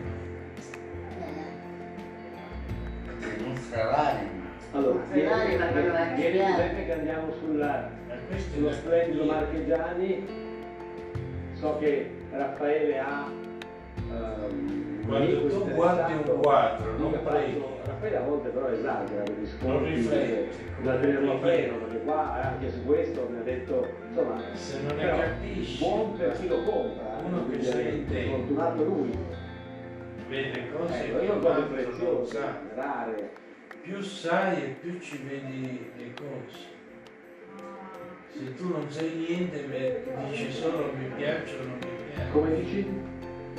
Speaker 4: Ti mostra l'anima.
Speaker 2: Allora,
Speaker 3: Ma l'anima quello è
Speaker 2: vieni
Speaker 3: chiaro.
Speaker 2: sempre che andiamo sulla,
Speaker 1: Ma questo è
Speaker 2: sullo
Speaker 1: da
Speaker 2: splendido
Speaker 1: capire.
Speaker 2: Marchigiani. So che Raffaele ha ehm, un
Speaker 1: Quando
Speaker 2: amico
Speaker 1: tu guardi un
Speaker 2: interessato,
Speaker 1: quadro, non
Speaker 2: dica,
Speaker 1: preghi.
Speaker 2: fatto- Raffaele a volte però esagera per gli sconti,
Speaker 1: Non rifletti,
Speaker 2: da
Speaker 1: come
Speaker 2: tenerlo
Speaker 1: rifletti.
Speaker 2: pieno, perché qua eh, anche su questo mi ha detto, insomma,
Speaker 1: Se non ne
Speaker 2: però,
Speaker 1: capisci,
Speaker 2: buon per chi lo compra,
Speaker 1: uno che
Speaker 2: quindi
Speaker 1: se ne
Speaker 2: è
Speaker 1: intende.
Speaker 2: fortunato lui.
Speaker 1: vede cose
Speaker 2: Ecco,
Speaker 1: che
Speaker 2: io
Speaker 1: un
Speaker 2: cose
Speaker 1: altro non
Speaker 2: preziose,
Speaker 1: sa.
Speaker 2: rare.
Speaker 1: Più sai e più ci vedi le cose. Se tu non sai niente, beh, dici solo mi piacciono o non mi piacciono.
Speaker 2: Come dici?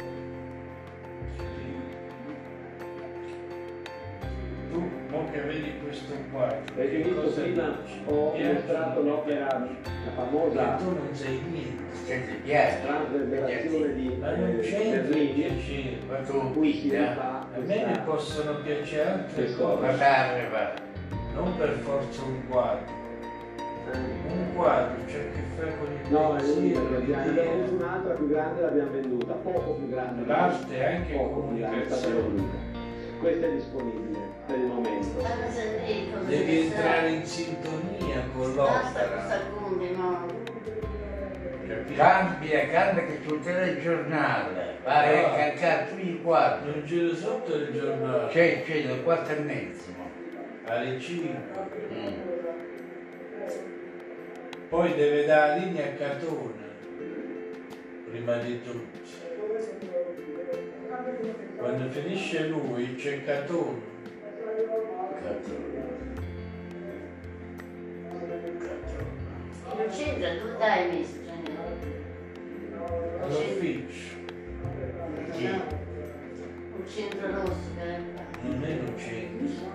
Speaker 1: Tu, mo che vedi questo quadro,
Speaker 2: Perché
Speaker 1: che
Speaker 2: visto
Speaker 1: cosa
Speaker 2: prima
Speaker 1: dici?
Speaker 2: ho
Speaker 1: Piace o
Speaker 2: mostrato
Speaker 1: non ti
Speaker 2: l'opera,
Speaker 1: piace?
Speaker 2: la
Speaker 1: Che
Speaker 2: famosa
Speaker 1: tu non sai niente.
Speaker 4: Se ti piace.
Speaker 2: trasverberazione di
Speaker 1: Ma non
Speaker 2: eh,
Speaker 1: c'entra il
Speaker 2: Bernini,
Speaker 1: piacere.
Speaker 4: Ma tu
Speaker 2: cui si
Speaker 4: guida.
Speaker 2: rifà
Speaker 1: A me ne
Speaker 2: questa,
Speaker 1: possono piacere altre
Speaker 2: questo-
Speaker 1: cose,
Speaker 4: Guardare, va.
Speaker 1: non per forza un quadro.
Speaker 2: eh,
Speaker 1: Un quadro c'è a che fare con il
Speaker 2: no, è
Speaker 1: pensiero,
Speaker 2: l'unica che abbiamo, ne abbiamo
Speaker 1: l'idea.
Speaker 2: avuto un'altra più grande, l'abbiamo venduta, poco più grande.
Speaker 1: L'arte è anche
Speaker 2: poco più grande, è stata
Speaker 1: comunicazione.
Speaker 2: venduta. Questa è disponibile per il momento.
Speaker 3: Fammi sentire cosa
Speaker 1: Devi
Speaker 3: ne
Speaker 1: entrare
Speaker 3: sai.
Speaker 1: in sintonia con
Speaker 3: Basta
Speaker 1: l'opera.
Speaker 3: questa cundi, no?
Speaker 1: Capisci?
Speaker 4: Cambia, cambia che sul telegiornale vai
Speaker 1: No.
Speaker 4: a caricare tu il quadro.
Speaker 1: Non giro sotto il giornale,
Speaker 4: C'è, c'è il quattro e mezzo.
Speaker 1: alle cinque.
Speaker 4: Mm.
Speaker 1: Poi deve dare la linea a Catone, prima di tutto. Quando finisce lui c'è Catone.
Speaker 3: Non c'entra, tu dai visto.
Speaker 1: All'ufficio.
Speaker 4: Chi?
Speaker 3: Un centro rosso che è qua.
Speaker 1: Non è un centro.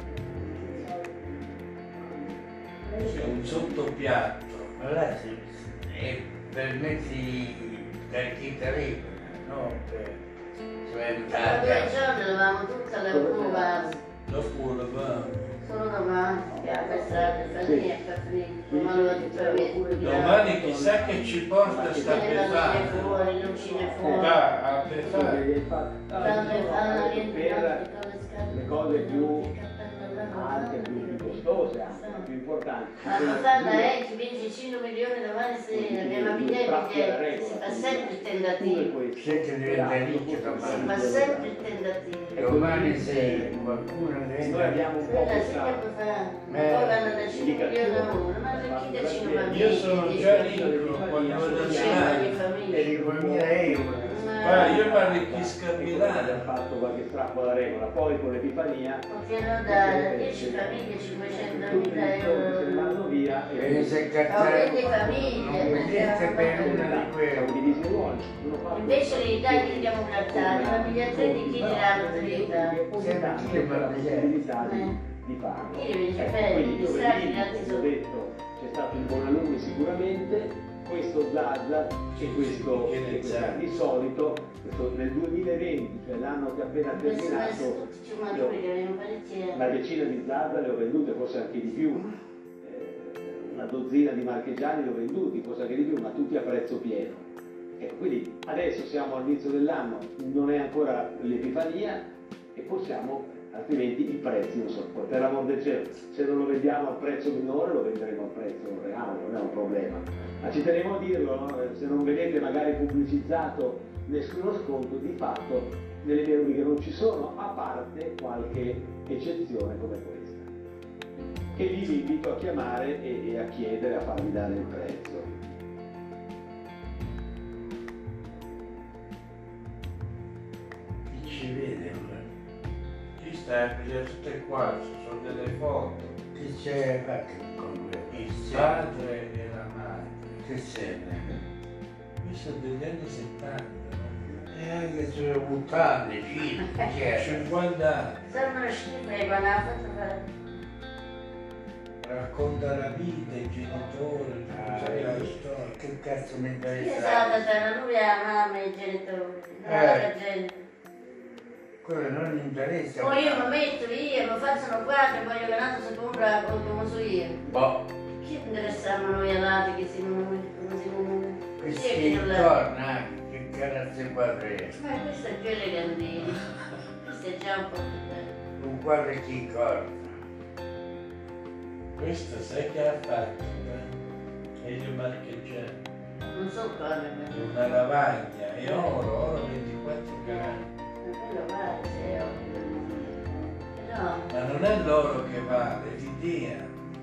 Speaker 1: C'è un sottopiatto.
Speaker 4: Ma là si- è per mezzi del chitarrino, no? Per
Speaker 3: Tra due
Speaker 4: suonare.
Speaker 3: giorni dovevamo tutta la curva,
Speaker 1: Dopo lo va.
Speaker 3: solo domani, che a questa Stefania e per finire. Domani lo dico
Speaker 1: Domani chissà che ci porta sta
Speaker 3: le lucine
Speaker 1: pesante.
Speaker 3: fuori, lucine fuori.
Speaker 1: Va a
Speaker 2: Perché
Speaker 1: Befare.
Speaker 2: gli hai fatto-
Speaker 3: Quando fanno
Speaker 2: per le cose più alte, più, più costose, anche, più importanti.
Speaker 3: Quando fanno eh, ci vinci cinque milioni domani sera, che la biglietti si fa sempre il tentativo.
Speaker 4: Siete diventa ricchi
Speaker 3: Si
Speaker 4: domani.
Speaker 3: fa sempre il tentativo.
Speaker 4: Domani se qualcuno
Speaker 2: Noi
Speaker 4: diventa
Speaker 2: abbiamo un po'
Speaker 3: Quella si
Speaker 2: questa
Speaker 3: può fare. Poi vanno da cinque milioni a uno, ma arricchite da cinque bambini.
Speaker 1: Io sono
Speaker 3: dieci
Speaker 1: già
Speaker 3: bambini,
Speaker 1: ricco quando vado a
Speaker 3: cento di
Speaker 1: cenare.
Speaker 3: famiglie.
Speaker 4: e duemila euro.
Speaker 1: Guarda, io mi arricchisco a
Speaker 2: ha
Speaker 1: Milano.
Speaker 2: fatto qualche strappo alla regola, poi con l'Epifania
Speaker 3: Potevano dare dieci famiglie cinquecentomila
Speaker 2: tutti i soldi se ne
Speaker 3: euro.
Speaker 2: vanno via
Speaker 4: E
Speaker 2: e
Speaker 4: se
Speaker 3: Oh,
Speaker 4: cazzare
Speaker 3: quindi famiglie,
Speaker 4: non vedete per una di
Speaker 2: siamo
Speaker 4: quelle.
Speaker 2: divisi in ruoli. Uno fa
Speaker 3: Invece l'Italia li dobbiamo grattare, la famiglia tre di chi diranno trenta.
Speaker 2: Sempre la possibilità di,
Speaker 3: Eh.
Speaker 2: di farlo.
Speaker 3: Io invece
Speaker 2: Ecco,
Speaker 3: per
Speaker 2: quindi
Speaker 3: gli
Speaker 2: io
Speaker 3: strati
Speaker 2: vedi,
Speaker 3: dati
Speaker 2: come ho
Speaker 3: sotto.
Speaker 2: detto, c'è stato un buon alunno sicuramente, questo Zaza e questo,
Speaker 1: Che ne
Speaker 2: e questo
Speaker 1: sai?
Speaker 2: di solito, questo nel duemilaventi, cioè l'anno che è appena
Speaker 3: Questi messo
Speaker 2: terminato,
Speaker 3: tutti i maturi che avevano parecchie.
Speaker 2: una decina di Zaza le ho vendute, forse anche di più, eh, una dozzina di marchigiani li ho venduti, forse anche di più, ma tutti a prezzo pieno. Ecco, quindi adesso siamo all'inizio dell'anno, non è ancora l'Epifania e possiamo, altrimenti i prezzi non so, per l'amor del cielo, se non lo vendiamo al prezzo minore lo venderemo al prezzo reale, non è un problema. Ma ci tenevo a dirlo, no? Se non vedete magari pubblicizzato nessuno sconto di fatto nelle mie rubriche non ci sono, a parte qualche eccezione come questa, che lì vi invito a chiamare e, e a chiedere, a farvi dare il prezzo.
Speaker 4: Chi ci vede?
Speaker 1: Chi sta a vedere tutte qua, ci sono delle foto,
Speaker 4: Chi c'è fatto con
Speaker 1: il
Speaker 4: questo?
Speaker 1: padre e la madre.
Speaker 4: Che c'è?
Speaker 1: Qui sono degli anni settanta,
Speaker 4: E anche sulle buttane, cinque, c'è.
Speaker 1: cinquanta anni.
Speaker 3: Sembra schifo e quando ha fatto fare.
Speaker 1: Racconta la vita, i genitori,
Speaker 4: Ah,
Speaker 1: tutta la storia.
Speaker 4: che cazzo mi interessa?
Speaker 3: Esatto, c'era lui e la mamma e i genitori, non la gente.
Speaker 4: Quello non mi interessa.
Speaker 3: Poi io mi metto io, mi faccio un quadro e voglio che un altro si compra come so io.
Speaker 4: Boh,
Speaker 3: Chi interessiamo noi all'altro che siamo noi, come siamo
Speaker 4: che
Speaker 3: Sì,
Speaker 4: si
Speaker 3: che non la-
Speaker 4: ritorna anche, che cazzo è quadrino?
Speaker 3: Ma questo è più elegantino, questo è già un po' più bello.
Speaker 4: Un quadro chi corta.
Speaker 1: Questo sai che ha fatto? Eh? Elio Marcheggiani.
Speaker 3: Non so quale, ma
Speaker 1: Una lavagna, è oro, oro ventiquattro carat.
Speaker 3: quello vale, se è però
Speaker 1: Ma non è l'oro che vale, è l'idea.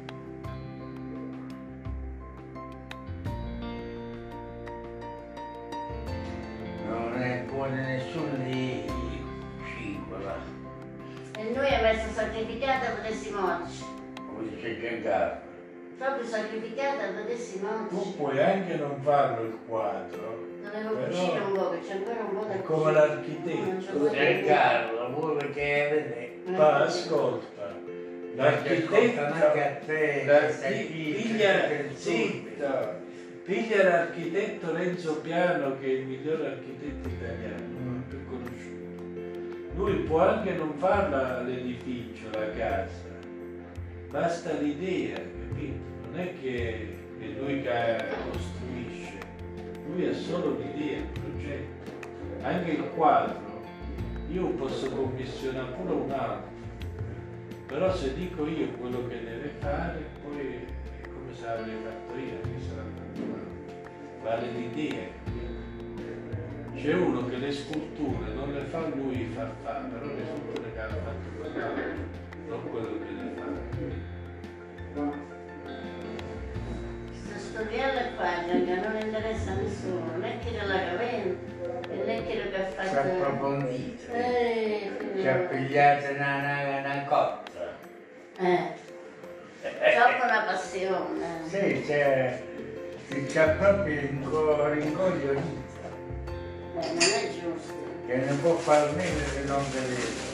Speaker 4: Non è buono nessuno di cingola.
Speaker 3: e noi abbiamo sacrificato a vedessimo oggi,
Speaker 4: Come dice Giancarlo.
Speaker 3: proprio sacrificato a vedessimo
Speaker 1: Tu
Speaker 3: oggi.
Speaker 1: puoi anche non farlo il quadro,
Speaker 3: Dovevo
Speaker 1: però
Speaker 3: cucire un po', che c'è ancora un po' da
Speaker 1: è
Speaker 3: cucire.
Speaker 1: come l'architetto.
Speaker 3: Non c'è ancora
Speaker 4: Giancarlo, vuole che vede.
Speaker 1: Ma ascolta,
Speaker 4: L'architetto anche a
Speaker 1: l'architetto,
Speaker 4: te,
Speaker 1: l'archi-
Speaker 4: che
Speaker 1: piglia,
Speaker 4: sei
Speaker 1: zitto, piglia l'architetto Renzo Piano che è il miglior architetto italiano,
Speaker 4: Mm.
Speaker 1: più conosciuto. Lui può anche non farla l'edificio, la casa, basta l'idea, capito? Non è che è lui che costruisce, lui ha solo l'idea, il progetto. Anche il quadro, io posso commissionare pure un altro, però se dico io quello che deve fare, poi è come se l'avrei fatto io, che sarà fatto male. Vale l'idea, capito? C'è uno che le sculture non le fa lui fa fa, però le sculture che ha fatto quell'altro, non quello che le fa. capito?
Speaker 3: Questo storiello qua, che non interessa a nessuno, né chi l'ha capito, né chi l'ha
Speaker 4: Si è
Speaker 3: fatto.
Speaker 4: approfondito.
Speaker 3: Eh,
Speaker 4: Si è pigliato una, una, una cotta.
Speaker 3: eh, troppo una passione.
Speaker 4: Sì, c'è, si c'è proprio inco- rincoglionito.
Speaker 3: Eh, non è giusto.
Speaker 4: Che ne può far meno se non vedere.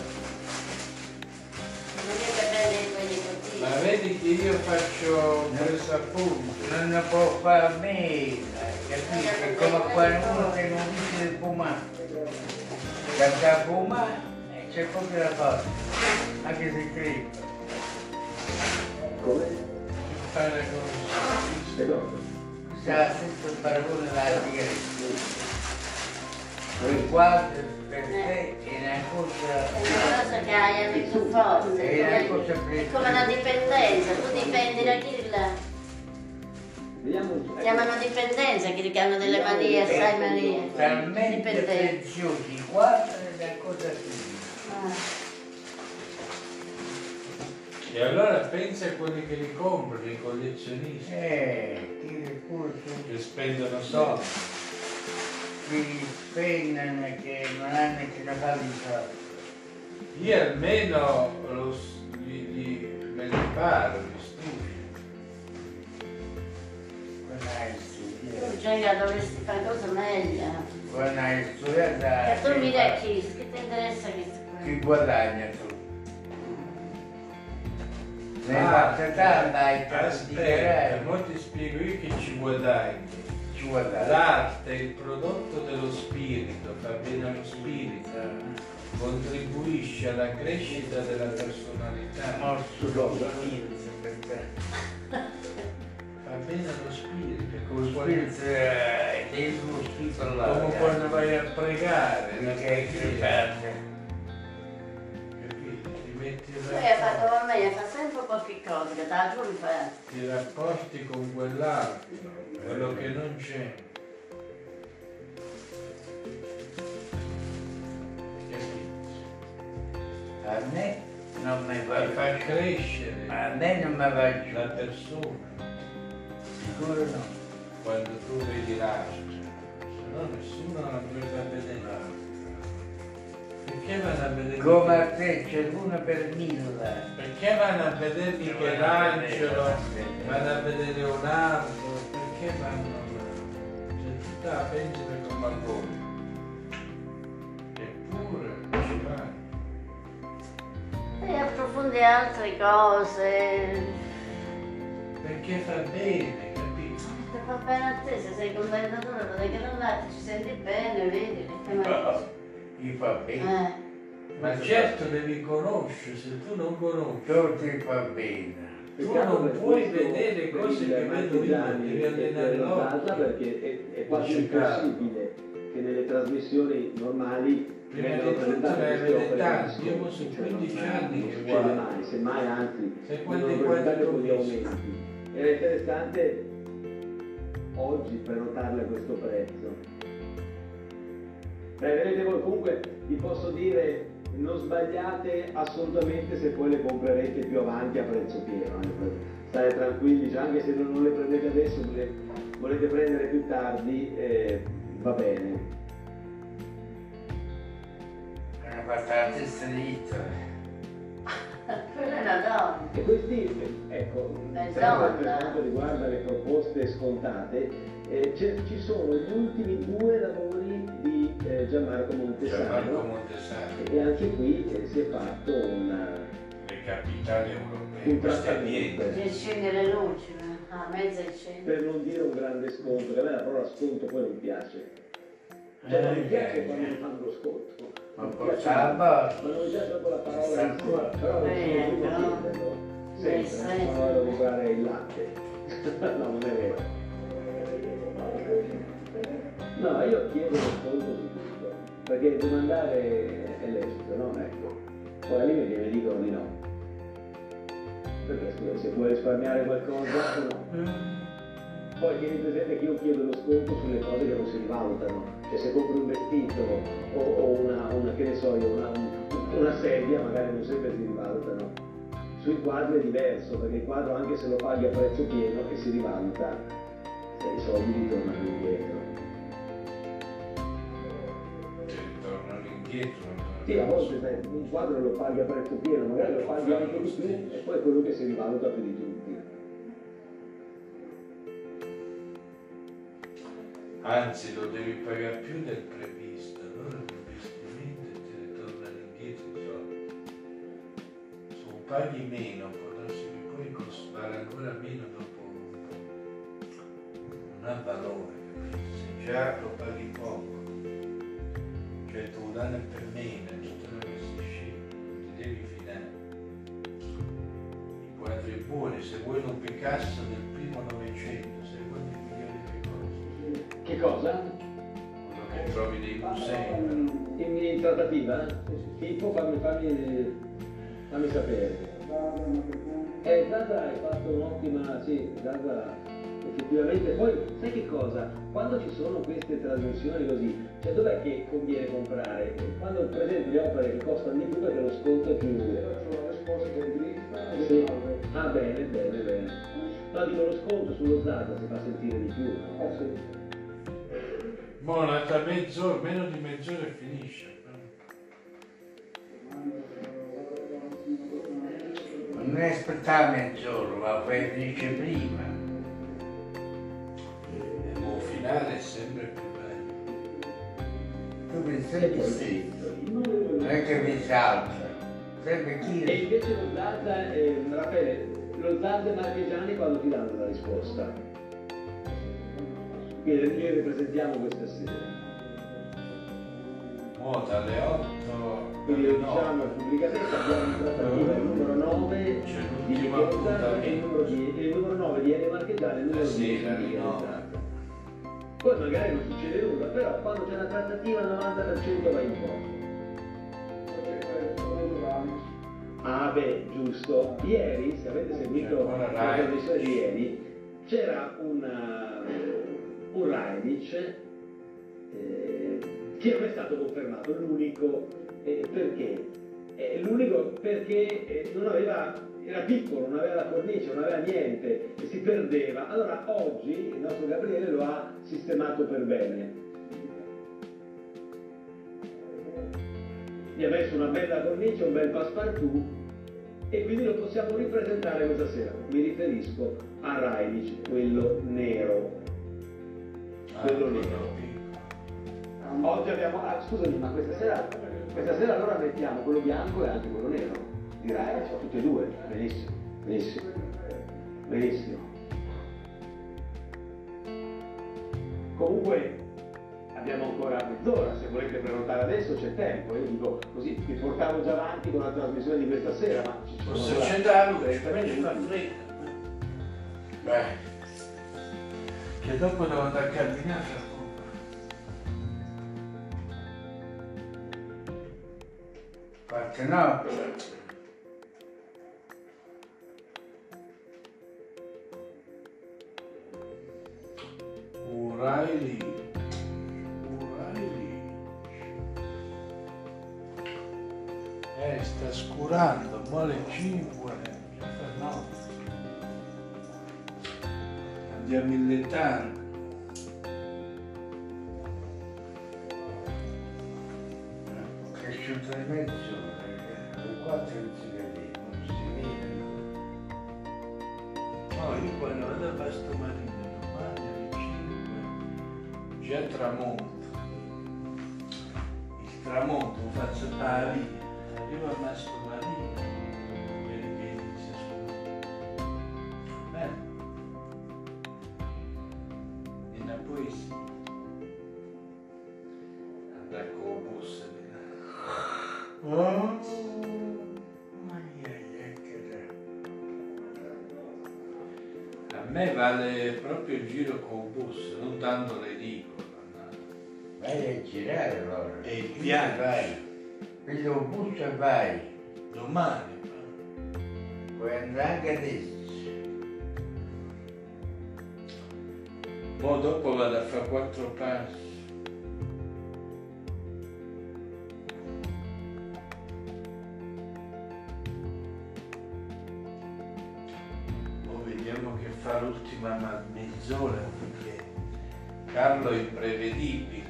Speaker 3: Non è che prende quelli così.
Speaker 1: Ma vedi che io faccio preso appunto.
Speaker 4: Non ne può far meno, capito? È come qualcuno che non dice il fumato. Perché a fumare eh, c'è proprio la cosa, anche se crippa.
Speaker 2: Come?
Speaker 1: Fare come
Speaker 2: Secondo.
Speaker 4: Sa sempre il paragone della sigaretta. Il quadro per te è una cosa,
Speaker 3: È una cosa che hai più forte.
Speaker 4: è una
Speaker 3: È
Speaker 4: cosa
Speaker 3: come una dipendenza, tu dipendi da chi la
Speaker 2: Vediamo un po'.
Speaker 3: chiamano dipendenza, chi che hanno delle manie, sai manie.
Speaker 4: talmente
Speaker 3: Dipendenza.
Speaker 4: preziosi i quadri è una cosa così.
Speaker 3: Ah.
Speaker 1: E allora pensa a quelli che li comprano, i collezionisti,
Speaker 4: Eh, chi pure
Speaker 1: che spendono soldi.
Speaker 4: chi spendono che non hanno che da fare i soldi.
Speaker 1: Io almeno lo, s- gli, gli, me li paro, li studio.
Speaker 4: Non hai
Speaker 3: Tu
Speaker 4: studiato.
Speaker 3: già dovresti fare cose meglio.
Speaker 4: Non hai studiato.
Speaker 3: Che tu mi dai
Speaker 4: chi,
Speaker 3: chi, che ti interessa questo qua?
Speaker 4: chi guadagna tu? Ne hai
Speaker 1: Ah,
Speaker 4: fatte tante, hai
Speaker 1: Aspetta,
Speaker 4: praticare,
Speaker 1: ora ti spiego io che ci guadagni.
Speaker 4: ci guadagni.
Speaker 1: L'arte è il prodotto dello spirito, fa bene allo spirito, contribuisce alla crescita della personalità,
Speaker 4: Morso cosa? Per te.
Speaker 1: fa bene allo spirito, è come
Speaker 4: Lo
Speaker 1: quando,
Speaker 4: spirito è dentro lo spirito là.
Speaker 1: come quando vai a pregare, no?
Speaker 4: Perché è crescente.
Speaker 1: Capito? Ti metti in
Speaker 3: Poi ha fatto
Speaker 1: rapporto,
Speaker 3: con me, fa sempre qualche cosa, che te la giuro fa.
Speaker 1: ti rapporti con quell'altro, quello che non c'è.
Speaker 4: A me non mi
Speaker 1: e
Speaker 4: fa,
Speaker 1: fa crescere
Speaker 4: a me non mi va giù,
Speaker 1: la persona
Speaker 4: sicuro no.
Speaker 1: quando tu vedi l'altro, se no nessuno la dovrebbe vedere. Perché vanno a vedere?
Speaker 4: Come a te c'è uno per mille.
Speaker 1: Perché vanno a vedere Michelangelo, vanno a vedere Leonardo, perché vanno là? C'è tutta la pentola come a voi. Eppure ci vanno.
Speaker 3: E approfondi altre cose.
Speaker 1: Perché fa bene, capito?
Speaker 3: Ti fa bene a te, se sei commentatore, perché da un lato ci senti bene, vedi, perché magari...
Speaker 4: Gli fa bene,
Speaker 3: Eh,
Speaker 1: Ma certo devi conoscere, se tu non conosci,
Speaker 4: tutto gli fa bene.
Speaker 1: tu non puoi vedere cose che vedo io, devi allenare l'occhio.
Speaker 2: Perché è, è quasi
Speaker 1: Cercare.
Speaker 2: impossibile che nelle trasmissioni normali
Speaker 1: Prima
Speaker 2: vengano
Speaker 1: di tutto
Speaker 2: presentate
Speaker 1: ne
Speaker 2: queste
Speaker 1: vede
Speaker 2: opere
Speaker 1: tanti,
Speaker 2: di
Speaker 1: io
Speaker 2: scuola.
Speaker 1: sono
Speaker 2: Cioè,
Speaker 1: quindici
Speaker 2: non-
Speaker 1: anni
Speaker 2: non
Speaker 1: che
Speaker 2: succede
Speaker 1: guardo.
Speaker 2: mai, semmai anzi
Speaker 1: Sai
Speaker 2: vengono
Speaker 1: quanti
Speaker 2: presentate
Speaker 1: quadri ho
Speaker 2: con gli
Speaker 1: visto?
Speaker 2: aumenti. Era interessante oggi prenotarle a questo prezzo. Beh, vedete voi, comunque vi posso dire, non sbagliate assolutamente se poi le comprerete più avanti a prezzo pieno. eh. State tranquilli, cioè, anche se non, non le prendete adesso, le volete prendere più tardi, eh, va bene.
Speaker 4: Hanno fatto la testa dritta.
Speaker 3: quella è una donna.
Speaker 2: E questi, ecco,
Speaker 3: Beh,
Speaker 2: sempre
Speaker 3: donna.
Speaker 2: per quanto riguarda le proposte scontate, eh, c'è- ci sono gli ultimi due lavori di eh, Gianmarco
Speaker 1: Gianmarco
Speaker 2: Montesano
Speaker 1: Montesano,
Speaker 2: e anche qui eh, si è fatto una,
Speaker 1: le capitali europee,
Speaker 2: un
Speaker 1: queste
Speaker 2: trattamento.
Speaker 1: aziende.
Speaker 3: Ti accende le luci, a mezza accende.
Speaker 2: Per non dire un grande sconto, che a me la parola sconto poi non piace. Cioè non mi
Speaker 1: Eh,
Speaker 2: piace
Speaker 1: eh,
Speaker 2: quando mi fanno lo sconto.
Speaker 4: Ma
Speaker 2: Non mi
Speaker 4: porta
Speaker 2: piace-
Speaker 4: la barca.
Speaker 2: ma non mi piace proprio la parola in sé,
Speaker 4: Sta
Speaker 2: però non
Speaker 3: Eh,
Speaker 2: sono il primo a
Speaker 3: no.
Speaker 2: chiederlo.
Speaker 3: Eh,
Speaker 2: Sempre,
Speaker 3: sì.
Speaker 2: quando vado a comprare il latte. No, non è vero. No, io chiedo lo sconto su tutto, perché devo andare è lecito, no? Ecco. Poi lì mi mi dicono di no. Perché scusa, se vuoi risparmiare qualcosa, no. Poi tieni presente che io chiedo lo sconto sulle cose che non si rivalutano, cioè se compri un vestito o, o una, una, che ne so io, una, una sedia magari non sempre si rivalutano. Sui quadri è diverso, perché il quadro anche se lo paghi a prezzo pieno e si rivaluta, se i soldi ritornano indietro.
Speaker 1: Cioè, tornano indietro.
Speaker 2: Sì, a volte sai, un quadro lo paghi a prezzo pieno, magari lo paghi anche di più e poi è quello che si rivaluta più di tutti.
Speaker 1: Anzi, lo devi pagare più del previsto, allora l'investimento ti ritornano indietro i soldi. Se lo paghi meno, può darsi che poi costare ancora meno dopo un po'. Non ha valore, capito? Se già lo paghi poco, cioè tu lo danno per meno, tutte queste scelte, non ti devi fidare. I quadri buoni, se vuoi un Picasso del primo Novecento, sai quanti milioni che costa?
Speaker 2: Che cosa?
Speaker 1: Quello che trovi nei musei, però.
Speaker 2: In, in trattativa? Tipo fammi, fammi, fammi sapere. Eh, Zaza hai fatto un'ottima, sì, Zaza effettivamente. Poi sai che cosa? Quando ci sono queste trasmissioni così, cioè dov'è che conviene comprare? Quando presenti le opere che costano di più perché lo sconto è più. Sì. Ah bene, bene, bene. No, dico lo sconto sullo Zaza si fa sentire di più. Eh, sì.
Speaker 1: Mo' un'altra mezz'ora, meno di mezz'ora e finisce.
Speaker 4: Non è aspettare mezz'ora, ma poi finisce prima.
Speaker 1: Il tuo finale è sempre più bello.
Speaker 4: Tu mi
Speaker 2: E
Speaker 4: senti
Speaker 2: poi
Speaker 4: sì,
Speaker 2: sì.
Speaker 4: non è che mi salta. Sempre
Speaker 2: E
Speaker 4: chi?
Speaker 2: invece lo Zazza, eh, Raffaele, lo Zazza e Marchegiani quando ti danno la risposta? Quindi li ripresentiamo questa sera.
Speaker 1: Mo' dalle otto
Speaker 2: Quindi
Speaker 1: alle
Speaker 2: lo diciamo
Speaker 1: nove
Speaker 2: pubblicamente, abbiamo in trattativa il numero nove
Speaker 1: c'è
Speaker 2: di
Speaker 1: l'ultimo
Speaker 2: Vicenza e il numero,
Speaker 1: appuntamento.
Speaker 2: di, il numero nove di Ene Marchegiani e il numero
Speaker 1: Sì,
Speaker 2: dieci
Speaker 1: la
Speaker 2: di
Speaker 1: rinnovo.
Speaker 2: Zazza. Poi magari non succede nulla, però quando c'è una trattativa il novanta per cento va in fondo. Ah beh, giusto. Ieri, se avete seguito
Speaker 1: C'è ancora
Speaker 2: la
Speaker 1: Raidic.
Speaker 2: trasmissione di ieri, c'era una, un Raidic eh, che non è stato confermato, l'unico, eh, perché? è l'unico perché eh, non aveva, era piccolo, non aveva la cornice, non aveva niente e si perdeva. Allora oggi il nostro Gabriele lo ha sistemato per bene. Gli ha messo una bella cornice, un bel passepartout e quindi lo possiamo ripresentare questa sera. Mi riferisco a Rajnić, quello nero. Quello
Speaker 1: Ah,
Speaker 2: nero. Oggi abbiamo... Ah, scusami, ma questa sera, questa sera allora mettiamo quello bianco e anche quello nero. Direi, sono tutti e due. Benissimo, benissimo. Benissimo. Comunque abbiamo ancora mezz'ora, se volete prenotare adesso c'è tempo. Io dico così, vi portavo già avanti con la trasmissione di questa sera, ma ci sono
Speaker 1: Forse
Speaker 2: ancora
Speaker 1: c'è da
Speaker 2: direttamente
Speaker 1: fa
Speaker 2: una
Speaker 1: freddo. Beh, che dopo devo andare a camminare.
Speaker 4: Qualche no?
Speaker 1: O'Reilly, O'Reilly, eh, sta scurando, vuole cinque, no, andiamo in letargo.
Speaker 4: Cresciuto in mezzo, perché alle quattro non si vede, non si vede.
Speaker 1: No, io quando vado a Vasto Marino, domani alle cinque, già tramonto. Il tramonto lo faccio da la via, arrivo a Vasto Marino, vedi che inizia a scuola. Bene. E una poesia. Andare con il bus.
Speaker 4: Oh, ai ai ai, che
Speaker 1: A me vale proprio il giro con il bus, non tanto l'edicola.
Speaker 4: vai a girare allora.
Speaker 1: E il
Speaker 4: Quindi
Speaker 1: viaggio.
Speaker 4: vai. Prendi un bus e vai.
Speaker 1: Domani.
Speaker 4: Puoi andare anche adesso.
Speaker 1: Poi dopo vado a fare quattro passi. Poi vediamo che fa l'ultima mezz'ora perché Carlo è imprevedibile.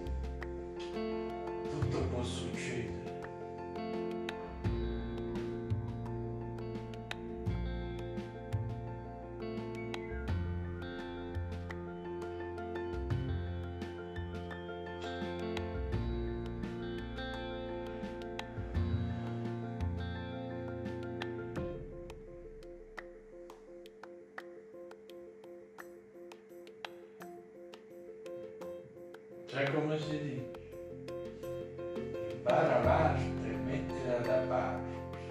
Speaker 1: Tutto può succedere. Sai come si dice? Impara l'arte, mettila da parte.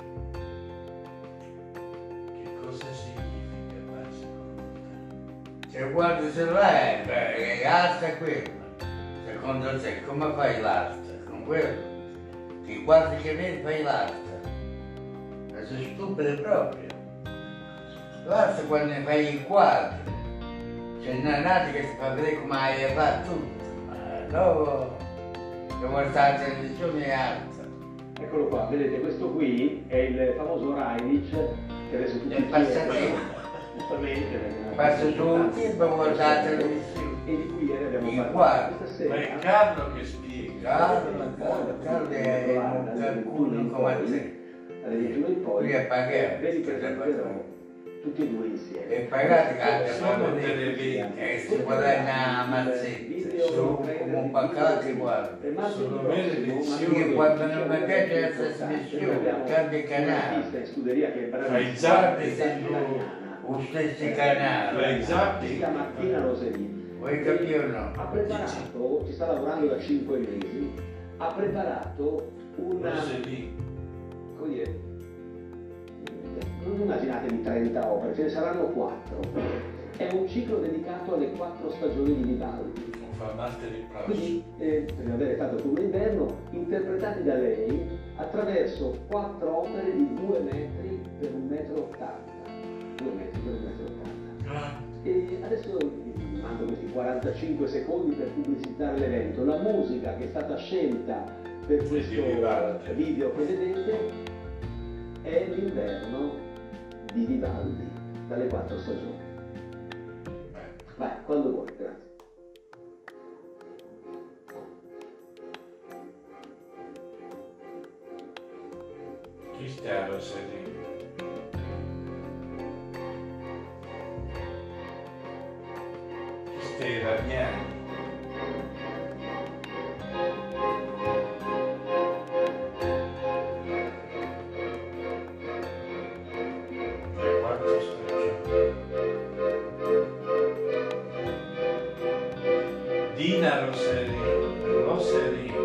Speaker 1: Che cosa significa base secondo
Speaker 4: Se guardi se l'hai, beh, l'arte è quella. Secondo te, come fai l'arte? Con quello? Ti guardi che vedi, fai l'arte. Ma sei stupido proprio. L'arte è quando fai i quadri. C'è una nata che ti fa vedere come hai fatto tutto. Dopo che guardare la televisione è alta.
Speaker 2: Eccolo qua, vedete, questo qui è il famoso Rajnić, che adesso tutti
Speaker 4: È passatempo.
Speaker 2: giustamente.
Speaker 4: Passa su un tempo a guardare la televisione.
Speaker 2: E di cui ieri abbiamo
Speaker 4: I
Speaker 2: parlato
Speaker 4: quadri.
Speaker 2: questa
Speaker 1: te? Ma
Speaker 2: sera.
Speaker 1: è Carlo che spiega.
Speaker 4: Carlo, Carlo, Carlo è un qualcuno come te.
Speaker 2: Alle ventuno in poi,
Speaker 4: Lui è pagato.
Speaker 2: ve li presenterò tutti e due insieme.
Speaker 4: E pagate che altre
Speaker 1: Sono
Speaker 4: cose
Speaker 1: delle vite.
Speaker 4: e si guadagna a mazzette. Su come un paccato guarda.
Speaker 1: Sono vere lezioni.
Speaker 4: Io quando non mi piace la trasmissione, cambio canale.
Speaker 1: Fai zappi.
Speaker 4: Lo stesso canale.
Speaker 1: Fai zappi.
Speaker 2: Si chiama Martina Roserini.
Speaker 4: Vuoi capire o no?
Speaker 2: Ha preparato, ci sta lavorando da cinque mesi, ha preparato una,
Speaker 1: Roserini.
Speaker 2: come dire, non immaginatevi trenta opere, ce ne saranno quattro. È un ciclo dedicato alle quattro stagioni di Vivaldi.
Speaker 1: Non fa male di applauso.
Speaker 2: Quindi, eh, per avere fatto come inverno, interpretati da lei attraverso quattro opere di due metri per un metro ottanta. Due metri per un metro ottanta.
Speaker 1: Ah,
Speaker 2: E adesso vi mando questi quarantacinque secondi per pubblicizzare l'evento. La musica che è stata scelta per
Speaker 1: Di
Speaker 2: questo
Speaker 1: Vivaldi.
Speaker 2: video che vedete è l'inverno di Vivaldi, dalle quattro stagioni. Vai, quando vuoi, grazie.
Speaker 1: Cristiano Serino. Questi iraniani. Le quattro stagioni. Dina Roserino. Roserino.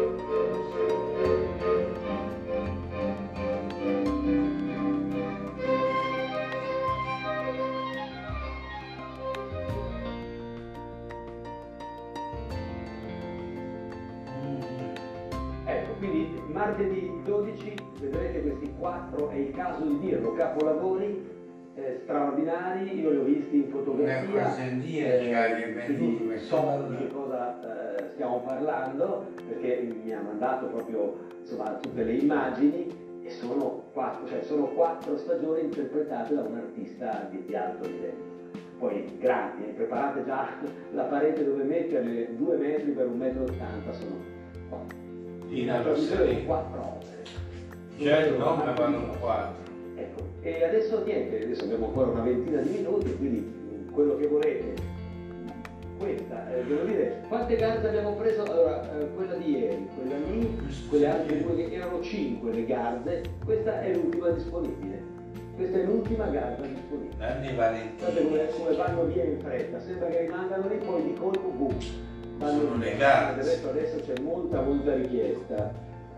Speaker 2: Ecco, quindi martedì dodici vedrete questi quattro, è il caso di dirlo, capolavori eh, straordinari, io li ho visti in fotografia,
Speaker 4: Ne ho sentito, cioè, che è venuto
Speaker 2: quindi
Speaker 4: questo
Speaker 2: so
Speaker 4: mondo.
Speaker 2: di che cosa eh, stiamo parlando, perché mi ha mandato proprio insomma, tutte le immagini e sono quattro, cioè sono quattro stagioni interpretate da un artista di, di alto livello. Poi grandi, eh, preparate già la parete dove metterle, due metri per un metro e ottanta sono quattro.
Speaker 1: Dina
Speaker 2: Una trasmissione di
Speaker 1: Roserino.
Speaker 2: quattro opere.
Speaker 1: Già il nome vanno quattro.
Speaker 2: Ecco, e adesso niente, adesso abbiamo ancora una ventina di minuti, quindi mh, quello che volete. Questa, eh, devo dire, quante garze abbiamo preso? Allora, eh, quella di ieri, quella lì, quelle altre due che erano cinque le garze, questa è l'ultima disponibile. Questa è l'ultima garza disponibile.
Speaker 1: Nanni
Speaker 2: Guardate come,
Speaker 1: Valentini.
Speaker 2: come vanno via in fretta, sembra che rimangano lì, poi di colpo boom. Vanno
Speaker 1: Sono
Speaker 2: via.
Speaker 1: le garze.
Speaker 2: Adesso, adesso c'è molta molta richiesta.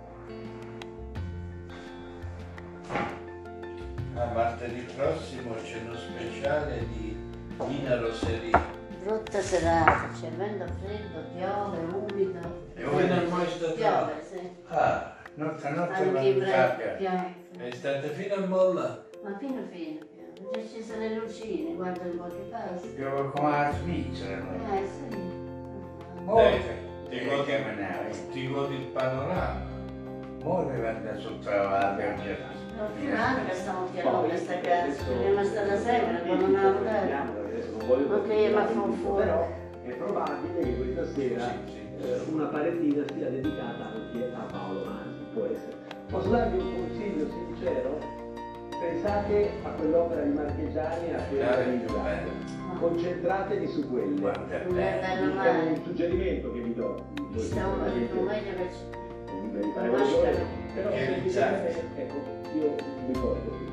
Speaker 1: A martedì prossimo c'è uno speciale di Dina Roserino.
Speaker 3: Brutta serata, c'è vento freddo, piove, umido.
Speaker 1: E voi non mai state là?
Speaker 3: Piove, sì.
Speaker 4: Ah, notte notte
Speaker 3: Anche in
Speaker 4: quando
Speaker 3: freddo,
Speaker 4: sappia.
Speaker 3: piove.
Speaker 1: E state fino a molla?
Speaker 3: Ma fino fino, piove. Già ci sono le lucine, guarda un po' che passa.
Speaker 4: Piove come la Svizzera noi.
Speaker 3: Eh sì.
Speaker 4: Oh,
Speaker 1: Dai, ti
Speaker 4: che
Speaker 1: godi,
Speaker 4: camminare.
Speaker 1: ti godi il panorama.
Speaker 4: Ora deve andare sotto la pioggia.
Speaker 3: No, fino a che stiamo
Speaker 2: Poi,
Speaker 3: chiamando questa casa, prima stata sempre, quando non avevo dato.
Speaker 2: Adesso non voglio
Speaker 3: Ma che ma fa un fuoco.
Speaker 2: però è probabile che questa sera
Speaker 1: Sì, sì.
Speaker 2: eh, una parettina sia dedicata anche a Paolo Manzi, può essere. Posso darvi un consiglio sincero? Pensate a quell'opera di Marchegiani, a quella
Speaker 1: Dai,
Speaker 2: di
Speaker 1: più
Speaker 2: Zara.
Speaker 1: bello.
Speaker 2: Concentratevi su quelle.
Speaker 4: Guarda,
Speaker 3: Non è
Speaker 4: eh.
Speaker 3: bello
Speaker 2: È
Speaker 3: male.
Speaker 2: un suggerimento che vi do.
Speaker 3: Ci sta uno di più meglio che c'è.
Speaker 2: Liberi,
Speaker 3: Ma
Speaker 2: fare
Speaker 3: lascia-
Speaker 2: quello che volete. Però
Speaker 1: Che
Speaker 2: se vi
Speaker 1: rizzate.
Speaker 2: piace, ecco, io vi porto qui.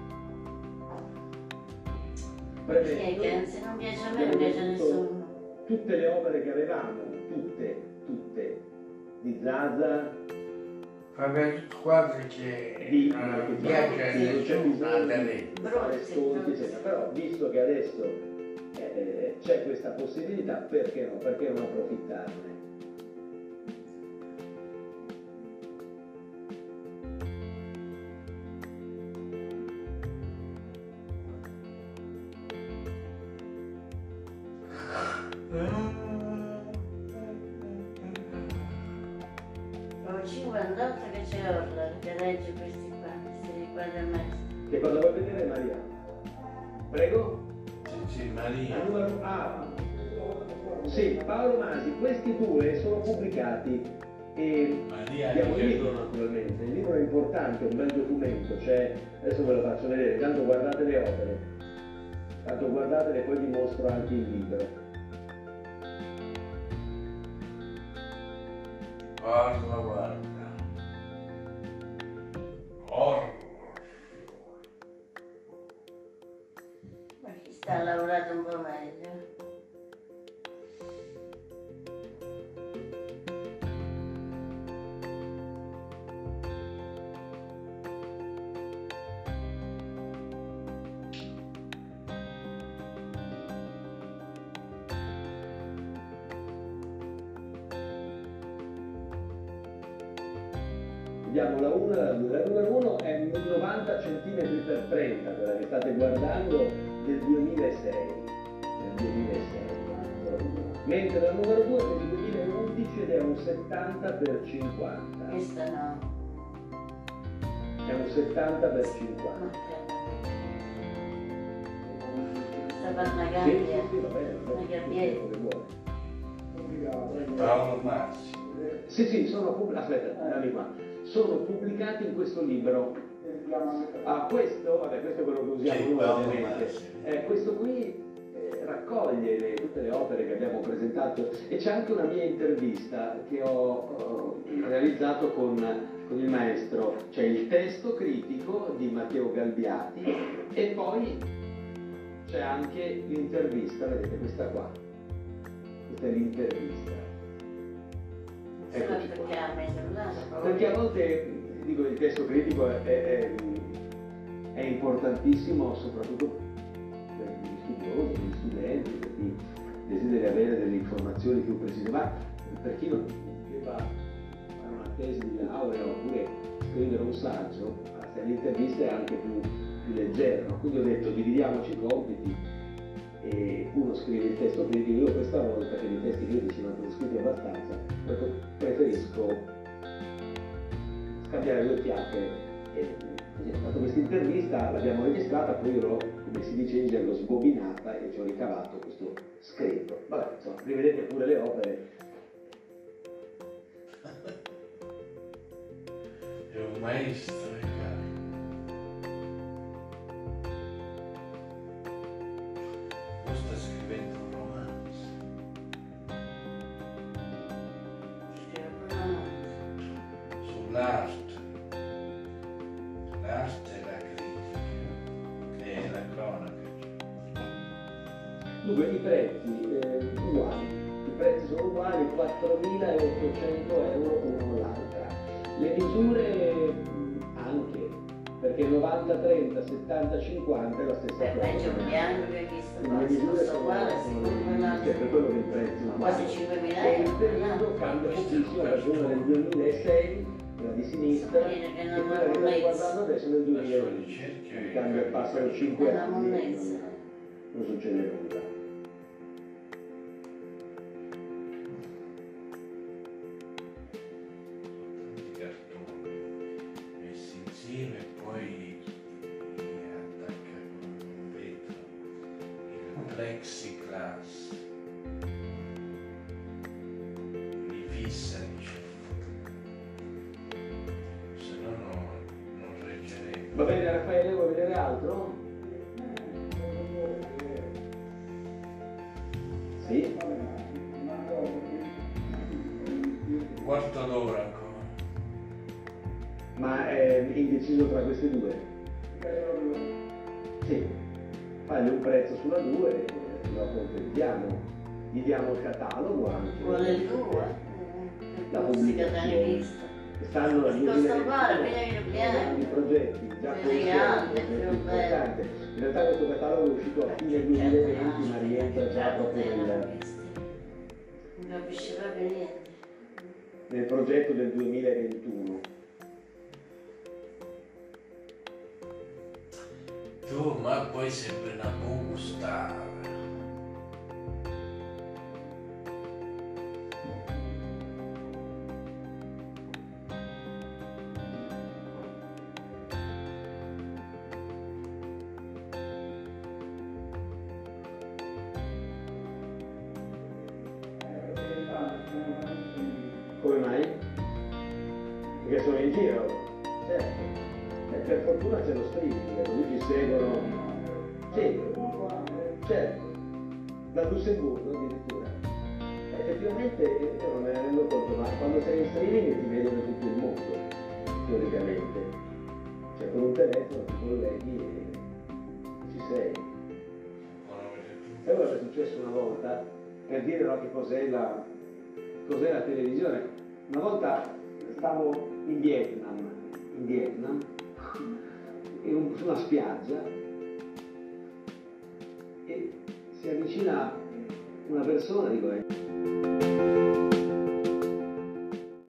Speaker 2: Premetto-
Speaker 3: Perché che se non piace a me non piace a nessuno.
Speaker 2: Tutte le opere che avevamo, tutte, tutte, di Zaza,
Speaker 4: Fa per tutti quadri che
Speaker 2: di
Speaker 4: non piace a
Speaker 2: sì, non c'è
Speaker 4: nessuno
Speaker 2: bisogno
Speaker 4: andare
Speaker 2: di
Speaker 4: lì.
Speaker 2: fare
Speaker 3: Brutti,
Speaker 2: sconti,
Speaker 3: brutti.
Speaker 2: eccetera. Però visto che adesso eh, c'è questa possibilità, perché no? Perché non approfittarne?
Speaker 3: Ho cinquantotto che c'è Orla, che regge questi qua, questi quadri a mezzo.
Speaker 2: Che cosa vuoi vedere, Maria? Prego?
Speaker 1: Sì, sì,
Speaker 2: Il
Speaker 1: Maria.
Speaker 2: numero A. Sì, Paolo Masi, questi due sono pubblicati e
Speaker 1: Maria
Speaker 2: abbiamo il libro
Speaker 1: Riccardo.
Speaker 2: naturalmente, il libro è importante, è un bel documento, cioè, adesso ve lo faccio vedere, tanto guardate le opere, tanto guardatele e poi vi mostro anche il libro.
Speaker 1: Guarda, guarda. Orlo.
Speaker 3: Ma chi sta a lavorare un po' meglio?
Speaker 2: Vediamo la uno e la due. La numero uno è novanta centimetri per trenta, quella che state guardando del duemilasei. Del duemilasei. mentre la numero due è del duemilaundici ed è un settanta per cinquanta.
Speaker 3: Questa no.
Speaker 2: È un settanta per cinquanta.
Speaker 3: Sta per una
Speaker 2: Sì,
Speaker 3: gabbia.
Speaker 2: sì, sì, va bene, va
Speaker 3: Una
Speaker 2: bene.
Speaker 3: gabbietta.
Speaker 2: Come vuole.
Speaker 4: Paolo Massi.
Speaker 2: Sì, sì, sono pubblicati, aspetta, dammi qua. Sono pubblicati in questo libro. Ah, questo, vabbè, questo è quello che usiamo
Speaker 4: Sì,
Speaker 2: noi
Speaker 4: Paolo
Speaker 2: ovviamente.
Speaker 4: Massi.
Speaker 2: Eh, questo qui eh, raccoglie le- tutte le opere che abbiamo presentato e c'è anche una mia intervista che ho eh, realizzato con, con il maestro. C'è il testo critico di Matteo Galbiati e poi c'è anche l'intervista, vedete questa qua. Questa è l'intervista. Eccoci qua.
Speaker 3: Perché ha messo là.
Speaker 2: Perché a volte, dico, il testo critico è, è- è importantissimo soprattutto per gli studiosi, gli studenti, per chi desidera avere delle informazioni più precise, ma per chi non deve fare una tesi di laurea oppure scrivere un saggio, l'intervista è anche più, più leggera, no? Quindi ho detto dividiamoci i compiti e uno scrive il testo critico. Io questa volta, che i testi critici non sono scritti abbastanza, preferisco scambiare due chiacchiere e così ho fatto questa intervista, l'abbiamo registrata, poi io l'ho, come si dice in gergo, sbobinata e ci ho ricavato questo scritto. Vabbè, insomma, rivedete pure le opere.
Speaker 1: È un maestro, eh, caro. Poi sta scrivendo un romanzo. Sull'arte. L'arte e la critica. E la cronaca.
Speaker 2: Dunque i prezzi eh, uguali, i prezzi sono uguali, quattromilaottocento euro uno l'altra. Le misure mh, anche, perché novanta trenta settanta cinquanta è la stessa
Speaker 3: Per me c'è un
Speaker 2: cosa.
Speaker 3: bianco che ho visto
Speaker 2: Le
Speaker 3: qua,
Speaker 2: misure
Speaker 3: sto
Speaker 2: sono
Speaker 3: uguale,
Speaker 2: sono
Speaker 3: secondo
Speaker 2: le
Speaker 3: me
Speaker 2: misure, per quello che il prezzo è
Speaker 3: quasi
Speaker 2: uguale.
Speaker 3: cinquemila
Speaker 2: E il
Speaker 3: euro.
Speaker 2: periodo
Speaker 3: no?
Speaker 2: cambia pochissimo, perché una del duemilasei, quella di sinistra,
Speaker 3: Vuol dire che
Speaker 2: e
Speaker 3: non
Speaker 2: quella
Speaker 3: ha
Speaker 2: che stiamo
Speaker 3: monnezza.
Speaker 2: guardando adesso è del
Speaker 1: La sua
Speaker 2: duemilaventi.
Speaker 1: ricerca è
Speaker 2: Cambia, passano cinque
Speaker 3: Una
Speaker 2: anni,
Speaker 3: monnezza.
Speaker 2: non, non succede nulla.
Speaker 1: tanti cartoni messi insieme e poi li attacca con un vetro, il plexiglass, li fissa, dice, se no no- non reggerebbe.
Speaker 2: Va bene Raffaele, vuoi vedere altro? Sì?
Speaker 1: Un quarto d'ora ancora.
Speaker 2: Ma è indeciso tra queste due? Sì. Fagli un prezzo sulla due, eh, lo accontentiamo. Gli diamo il catalogo anche.
Speaker 3: Vuole il due?
Speaker 2: La
Speaker 3: Musica da
Speaker 2: pubblicazione.
Speaker 3: rivista.
Speaker 2: Stanno dal
Speaker 3: Costa
Speaker 2: duemilaventi
Speaker 3: uguale, vedi che bianco.
Speaker 2: i progetti già
Speaker 3: Quelli
Speaker 2: considerati,
Speaker 3: grandi,
Speaker 2: progetti
Speaker 3: più
Speaker 2: importanti. In realtà questo catalogo è uscito a fine duemilaventi, ma rientra già proprio nel,
Speaker 3: Non capisce proprio niente.
Speaker 2: nel progetto del duemilaventuno.
Speaker 1: Tu, ma poi sempre una busta.
Speaker 2: Come mai? Perché sono in giro, certo. E per fortuna c'è lo streaming, così ci seguono. Sì, certo. Da Lussemburgo addirittura. Effettivamente io non me ne rendo conto, ma quando sei in streaming ti vedono tutto il mondo, teoricamente. Cioè con un telefono ti colleghi e ci sei. E allora è successo una volta, per dire no, che cos'è la, cos'è la televisione. Una volta stavo in Vietnam, in Vietnam, in un- su una spiaggia e si avvicina una persona, dico, eh,